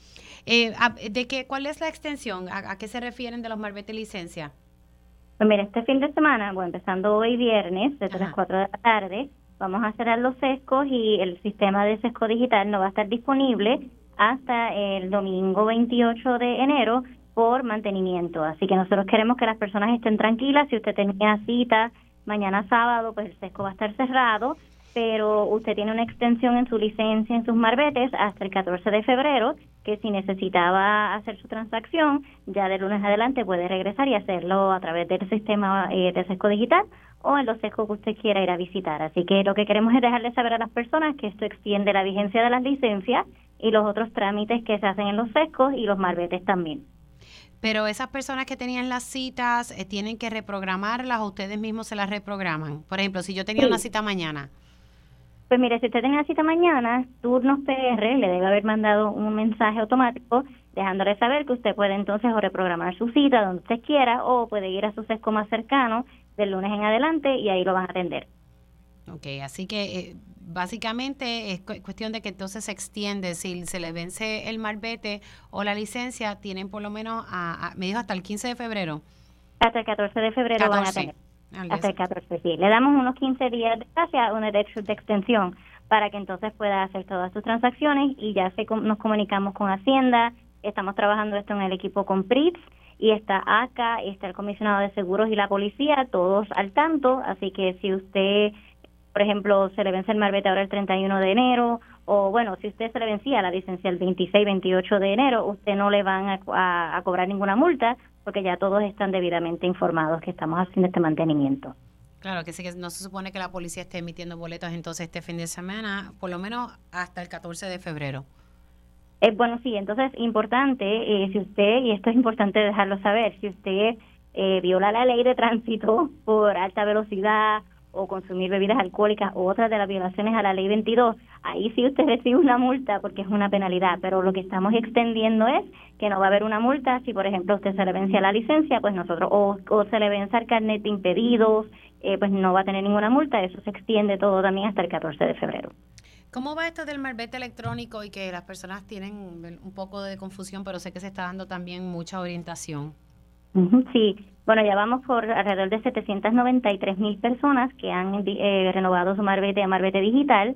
¿Cuál es la extensión? ¿A qué se refieren de los malbetes y licencias? Pues mira, este fin de semana, empezando hoy viernes, desde las 4 de la tarde, vamos a cerrar los sescos y el sistema de sesco digital no va a estar disponible hasta el domingo 28 de enero por mantenimiento. Así que nosotros queremos que las personas estén tranquilas. Si usted tenía cita mañana sábado, pues el sesco va a estar cerrado, pero usted tiene una extensión en su licencia, en sus marbetes, hasta el 14 de febrero, que si necesitaba hacer su transacción, ya de lunes adelante puede regresar y hacerlo a través del sistema de sesco digital o en los sescos que usted quiera ir a visitar. Así que lo que queremos es dejarle saber a las personas que esto extiende la vigencia de las licencias y los otros trámites que se hacen en los sescos y los marbetes también. Pero esas personas que tenían las citas, ¿tienen que reprogramarlas o ustedes mismos se las reprograman? Por ejemplo, si yo tenía una cita mañana. Pues mire, si usted tiene una cita mañana, Turnos PR le debe haber mandado un mensaje automático dejándole saber que usted puede entonces o reprogramar su cita donde usted quiera o puede ir a su sesco más cercano del lunes en adelante y ahí lo van a atender. Ok, así que básicamente es cuestión de que entonces se extiende. Si se le vence el malvete o la licencia, tienen por lo menos, me dijo, hasta el 15 de febrero. Hasta el 14 de febrero 14. Van a tener. Hasta el 14, sí. Le damos unos 15 días de gracia, una de extensión, para que entonces pueda hacer todas sus transacciones y ya nos comunicamos con Hacienda. Estamos trabajando esto en el equipo con PRITS y está ACA, está el comisionado de seguros y la policía, todos al tanto. Así que si usted, por ejemplo, se le vence el malvete ahora el 31 de enero, o bueno, si usted se le vencía la licencia el 26, 28 de enero, usted no le van a cobrar ninguna multa, porque ya todos están debidamente informados que estamos haciendo este mantenimiento. Claro, que sí, que no se supone que la policía esté emitiendo boletos entonces este fin de semana, por lo menos hasta el 14 de febrero. Bueno, sí, entonces importante, si usted, y esto es importante dejarlo saber, si usted viola la ley de tránsito por alta velocidad o consumir bebidas alcohólicas o otras de las violaciones a la ley 22, ahí sí usted recibe una multa porque es una penalidad, pero lo que estamos extendiendo es que no va a haber una multa si, por ejemplo, usted se le vence la licencia, pues nosotros, o se le vence el carnet de impedidos, pues no va a tener ninguna multa. Eso se extiende todo también hasta el 14 de febrero. ¿Cómo va esto del malvete electrónico y que las personas tienen un poco de confusión, pero sé que se está dando también mucha orientación? Sí, bueno, ya vamos por alrededor de 793,000 personas que han renovado su malvete a malvete digital.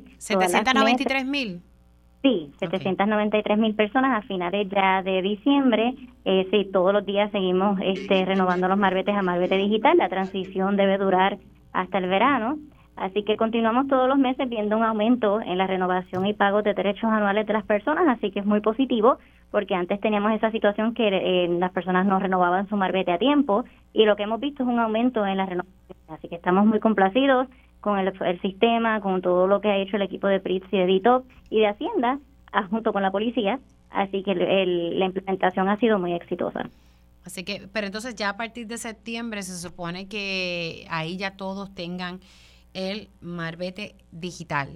¿793,000? Sí, 793,000 personas a finales ya de diciembre. Sí, todos los días seguimos renovando los malvetes a malvete digital. La transición debe durar hasta el verano. Así que continuamos todos los meses viendo un aumento en la renovación y pago de derechos anuales de las personas, así que es muy positivo, porque antes teníamos esa situación que las personas no renovaban su malvete a tiempo, y lo que hemos visto es un aumento en la renovación. Así que estamos muy complacidos con el sistema, con todo lo que ha hecho el equipo de PRITS y de DITOP y de Hacienda, junto con la policía, así que la implementación ha sido muy exitosa. Así que, pero entonces ya a partir de septiembre se supone que ahí ya todos tengan el malvete digital.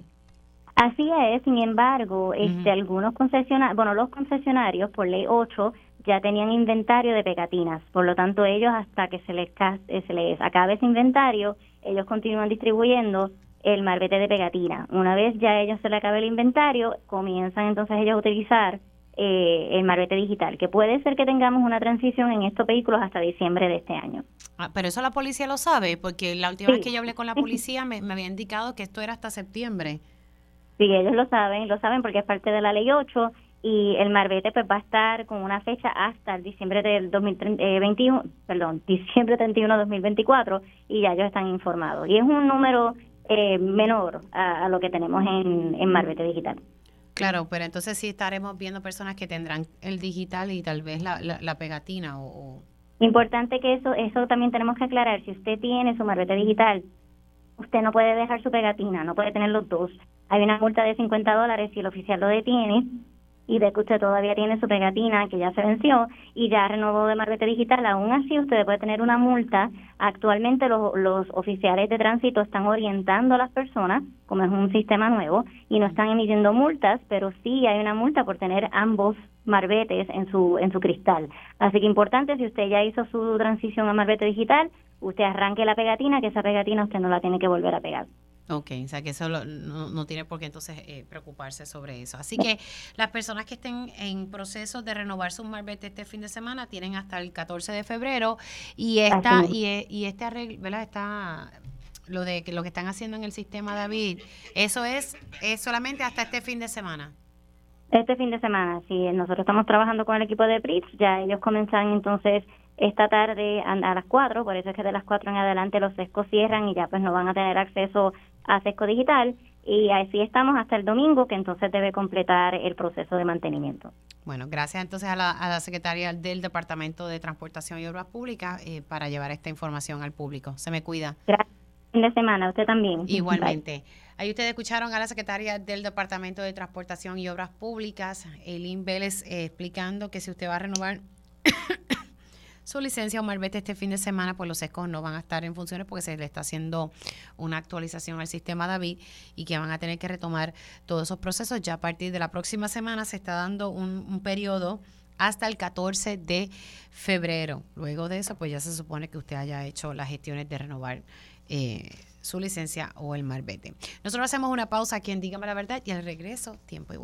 Así es, sin embargo, algunos los concesionarios por ley 8 ya tenían inventario de pegatinas, por lo tanto ellos hasta que se les acabe ese inventario, ellos continúan distribuyendo el malvete de pegatina. Una vez ya a ellos se les acabe el inventario, comienzan entonces ellos a utilizar el malvete digital, que puede ser que tengamos una transición en estos vehículos hasta diciembre de este año. Pero eso la policía lo sabe, porque la última vez que yo hablé con la policía me había indicado que esto era hasta septiembre. Sí, ellos lo saben porque es parte de la ley 8 y el malvete pues va a estar con una fecha hasta el diciembre del diciembre 31 de 2024 y ya ellos están informados. Y es un número menor a lo que tenemos en malvete digital. Claro, pero entonces sí estaremos viendo personas que tendrán el digital y tal vez la pegatina o... Importante que eso también tenemos que aclarar. Si usted tiene su malvete digital usted no puede dejar su pegatina, no puede tener los dos. Hay una multa de $50 si el oficial lo detiene y ve que usted todavía tiene su pegatina que ya se venció y ya renovó de marbete digital. Aún así, usted puede tener una multa. Actualmente los oficiales de tránsito están orientando a las personas, como es un sistema nuevo, y no están emitiendo multas, pero sí hay una multa por tener ambos marbetes en su cristal. Así que importante, si usted ya hizo su transición a marbete digital, usted arranque la pegatina, que esa pegatina usted no la tiene que volver a pegar. Ok, o sea que eso no tiene por qué entonces preocuparse sobre eso. Así que las personas que estén en proceso de renovar sus marbetes este fin de semana tienen hasta el 14 de febrero y este arreglo, ¿verdad? Lo que están haciendo en el sistema, David, eso es solamente hasta este fin de semana. Este fin de semana, sí, nosotros estamos trabajando con el equipo de PRITS, ya ellos comienzan entonces esta tarde a las 4, por eso es que de las 4 en adelante los sescos cierran y ya pues no van a tener acceso a sesco digital, y así estamos hasta el domingo, que entonces debe completar el proceso de mantenimiento. Bueno, gracias entonces a la secretaria del Departamento de Transportación y Obras Públicas para llevar esta información al público. Se me cuida. Gracias. Fin de semana, usted también. Igualmente. Bye. Ahí ustedes escucharon a la secretaria del Departamento de Transportación y Obras Públicas, Eileen Vélez, explicando que si usted va a renovar su licencia o marbete este fin de semana, pues los sescos no van a estar en funciones porque se le está haciendo una actualización al sistema David y que van a tener que retomar todos esos procesos. Ya a partir de la próxima semana se está dando un periodo hasta el 14 de febrero. Luego de eso, pues ya se supone que usted haya hecho las gestiones de renovar su licencia o el marbete. Nosotros hacemos una pausa aquí en Dígame la Verdad y al regreso, tiempo igual.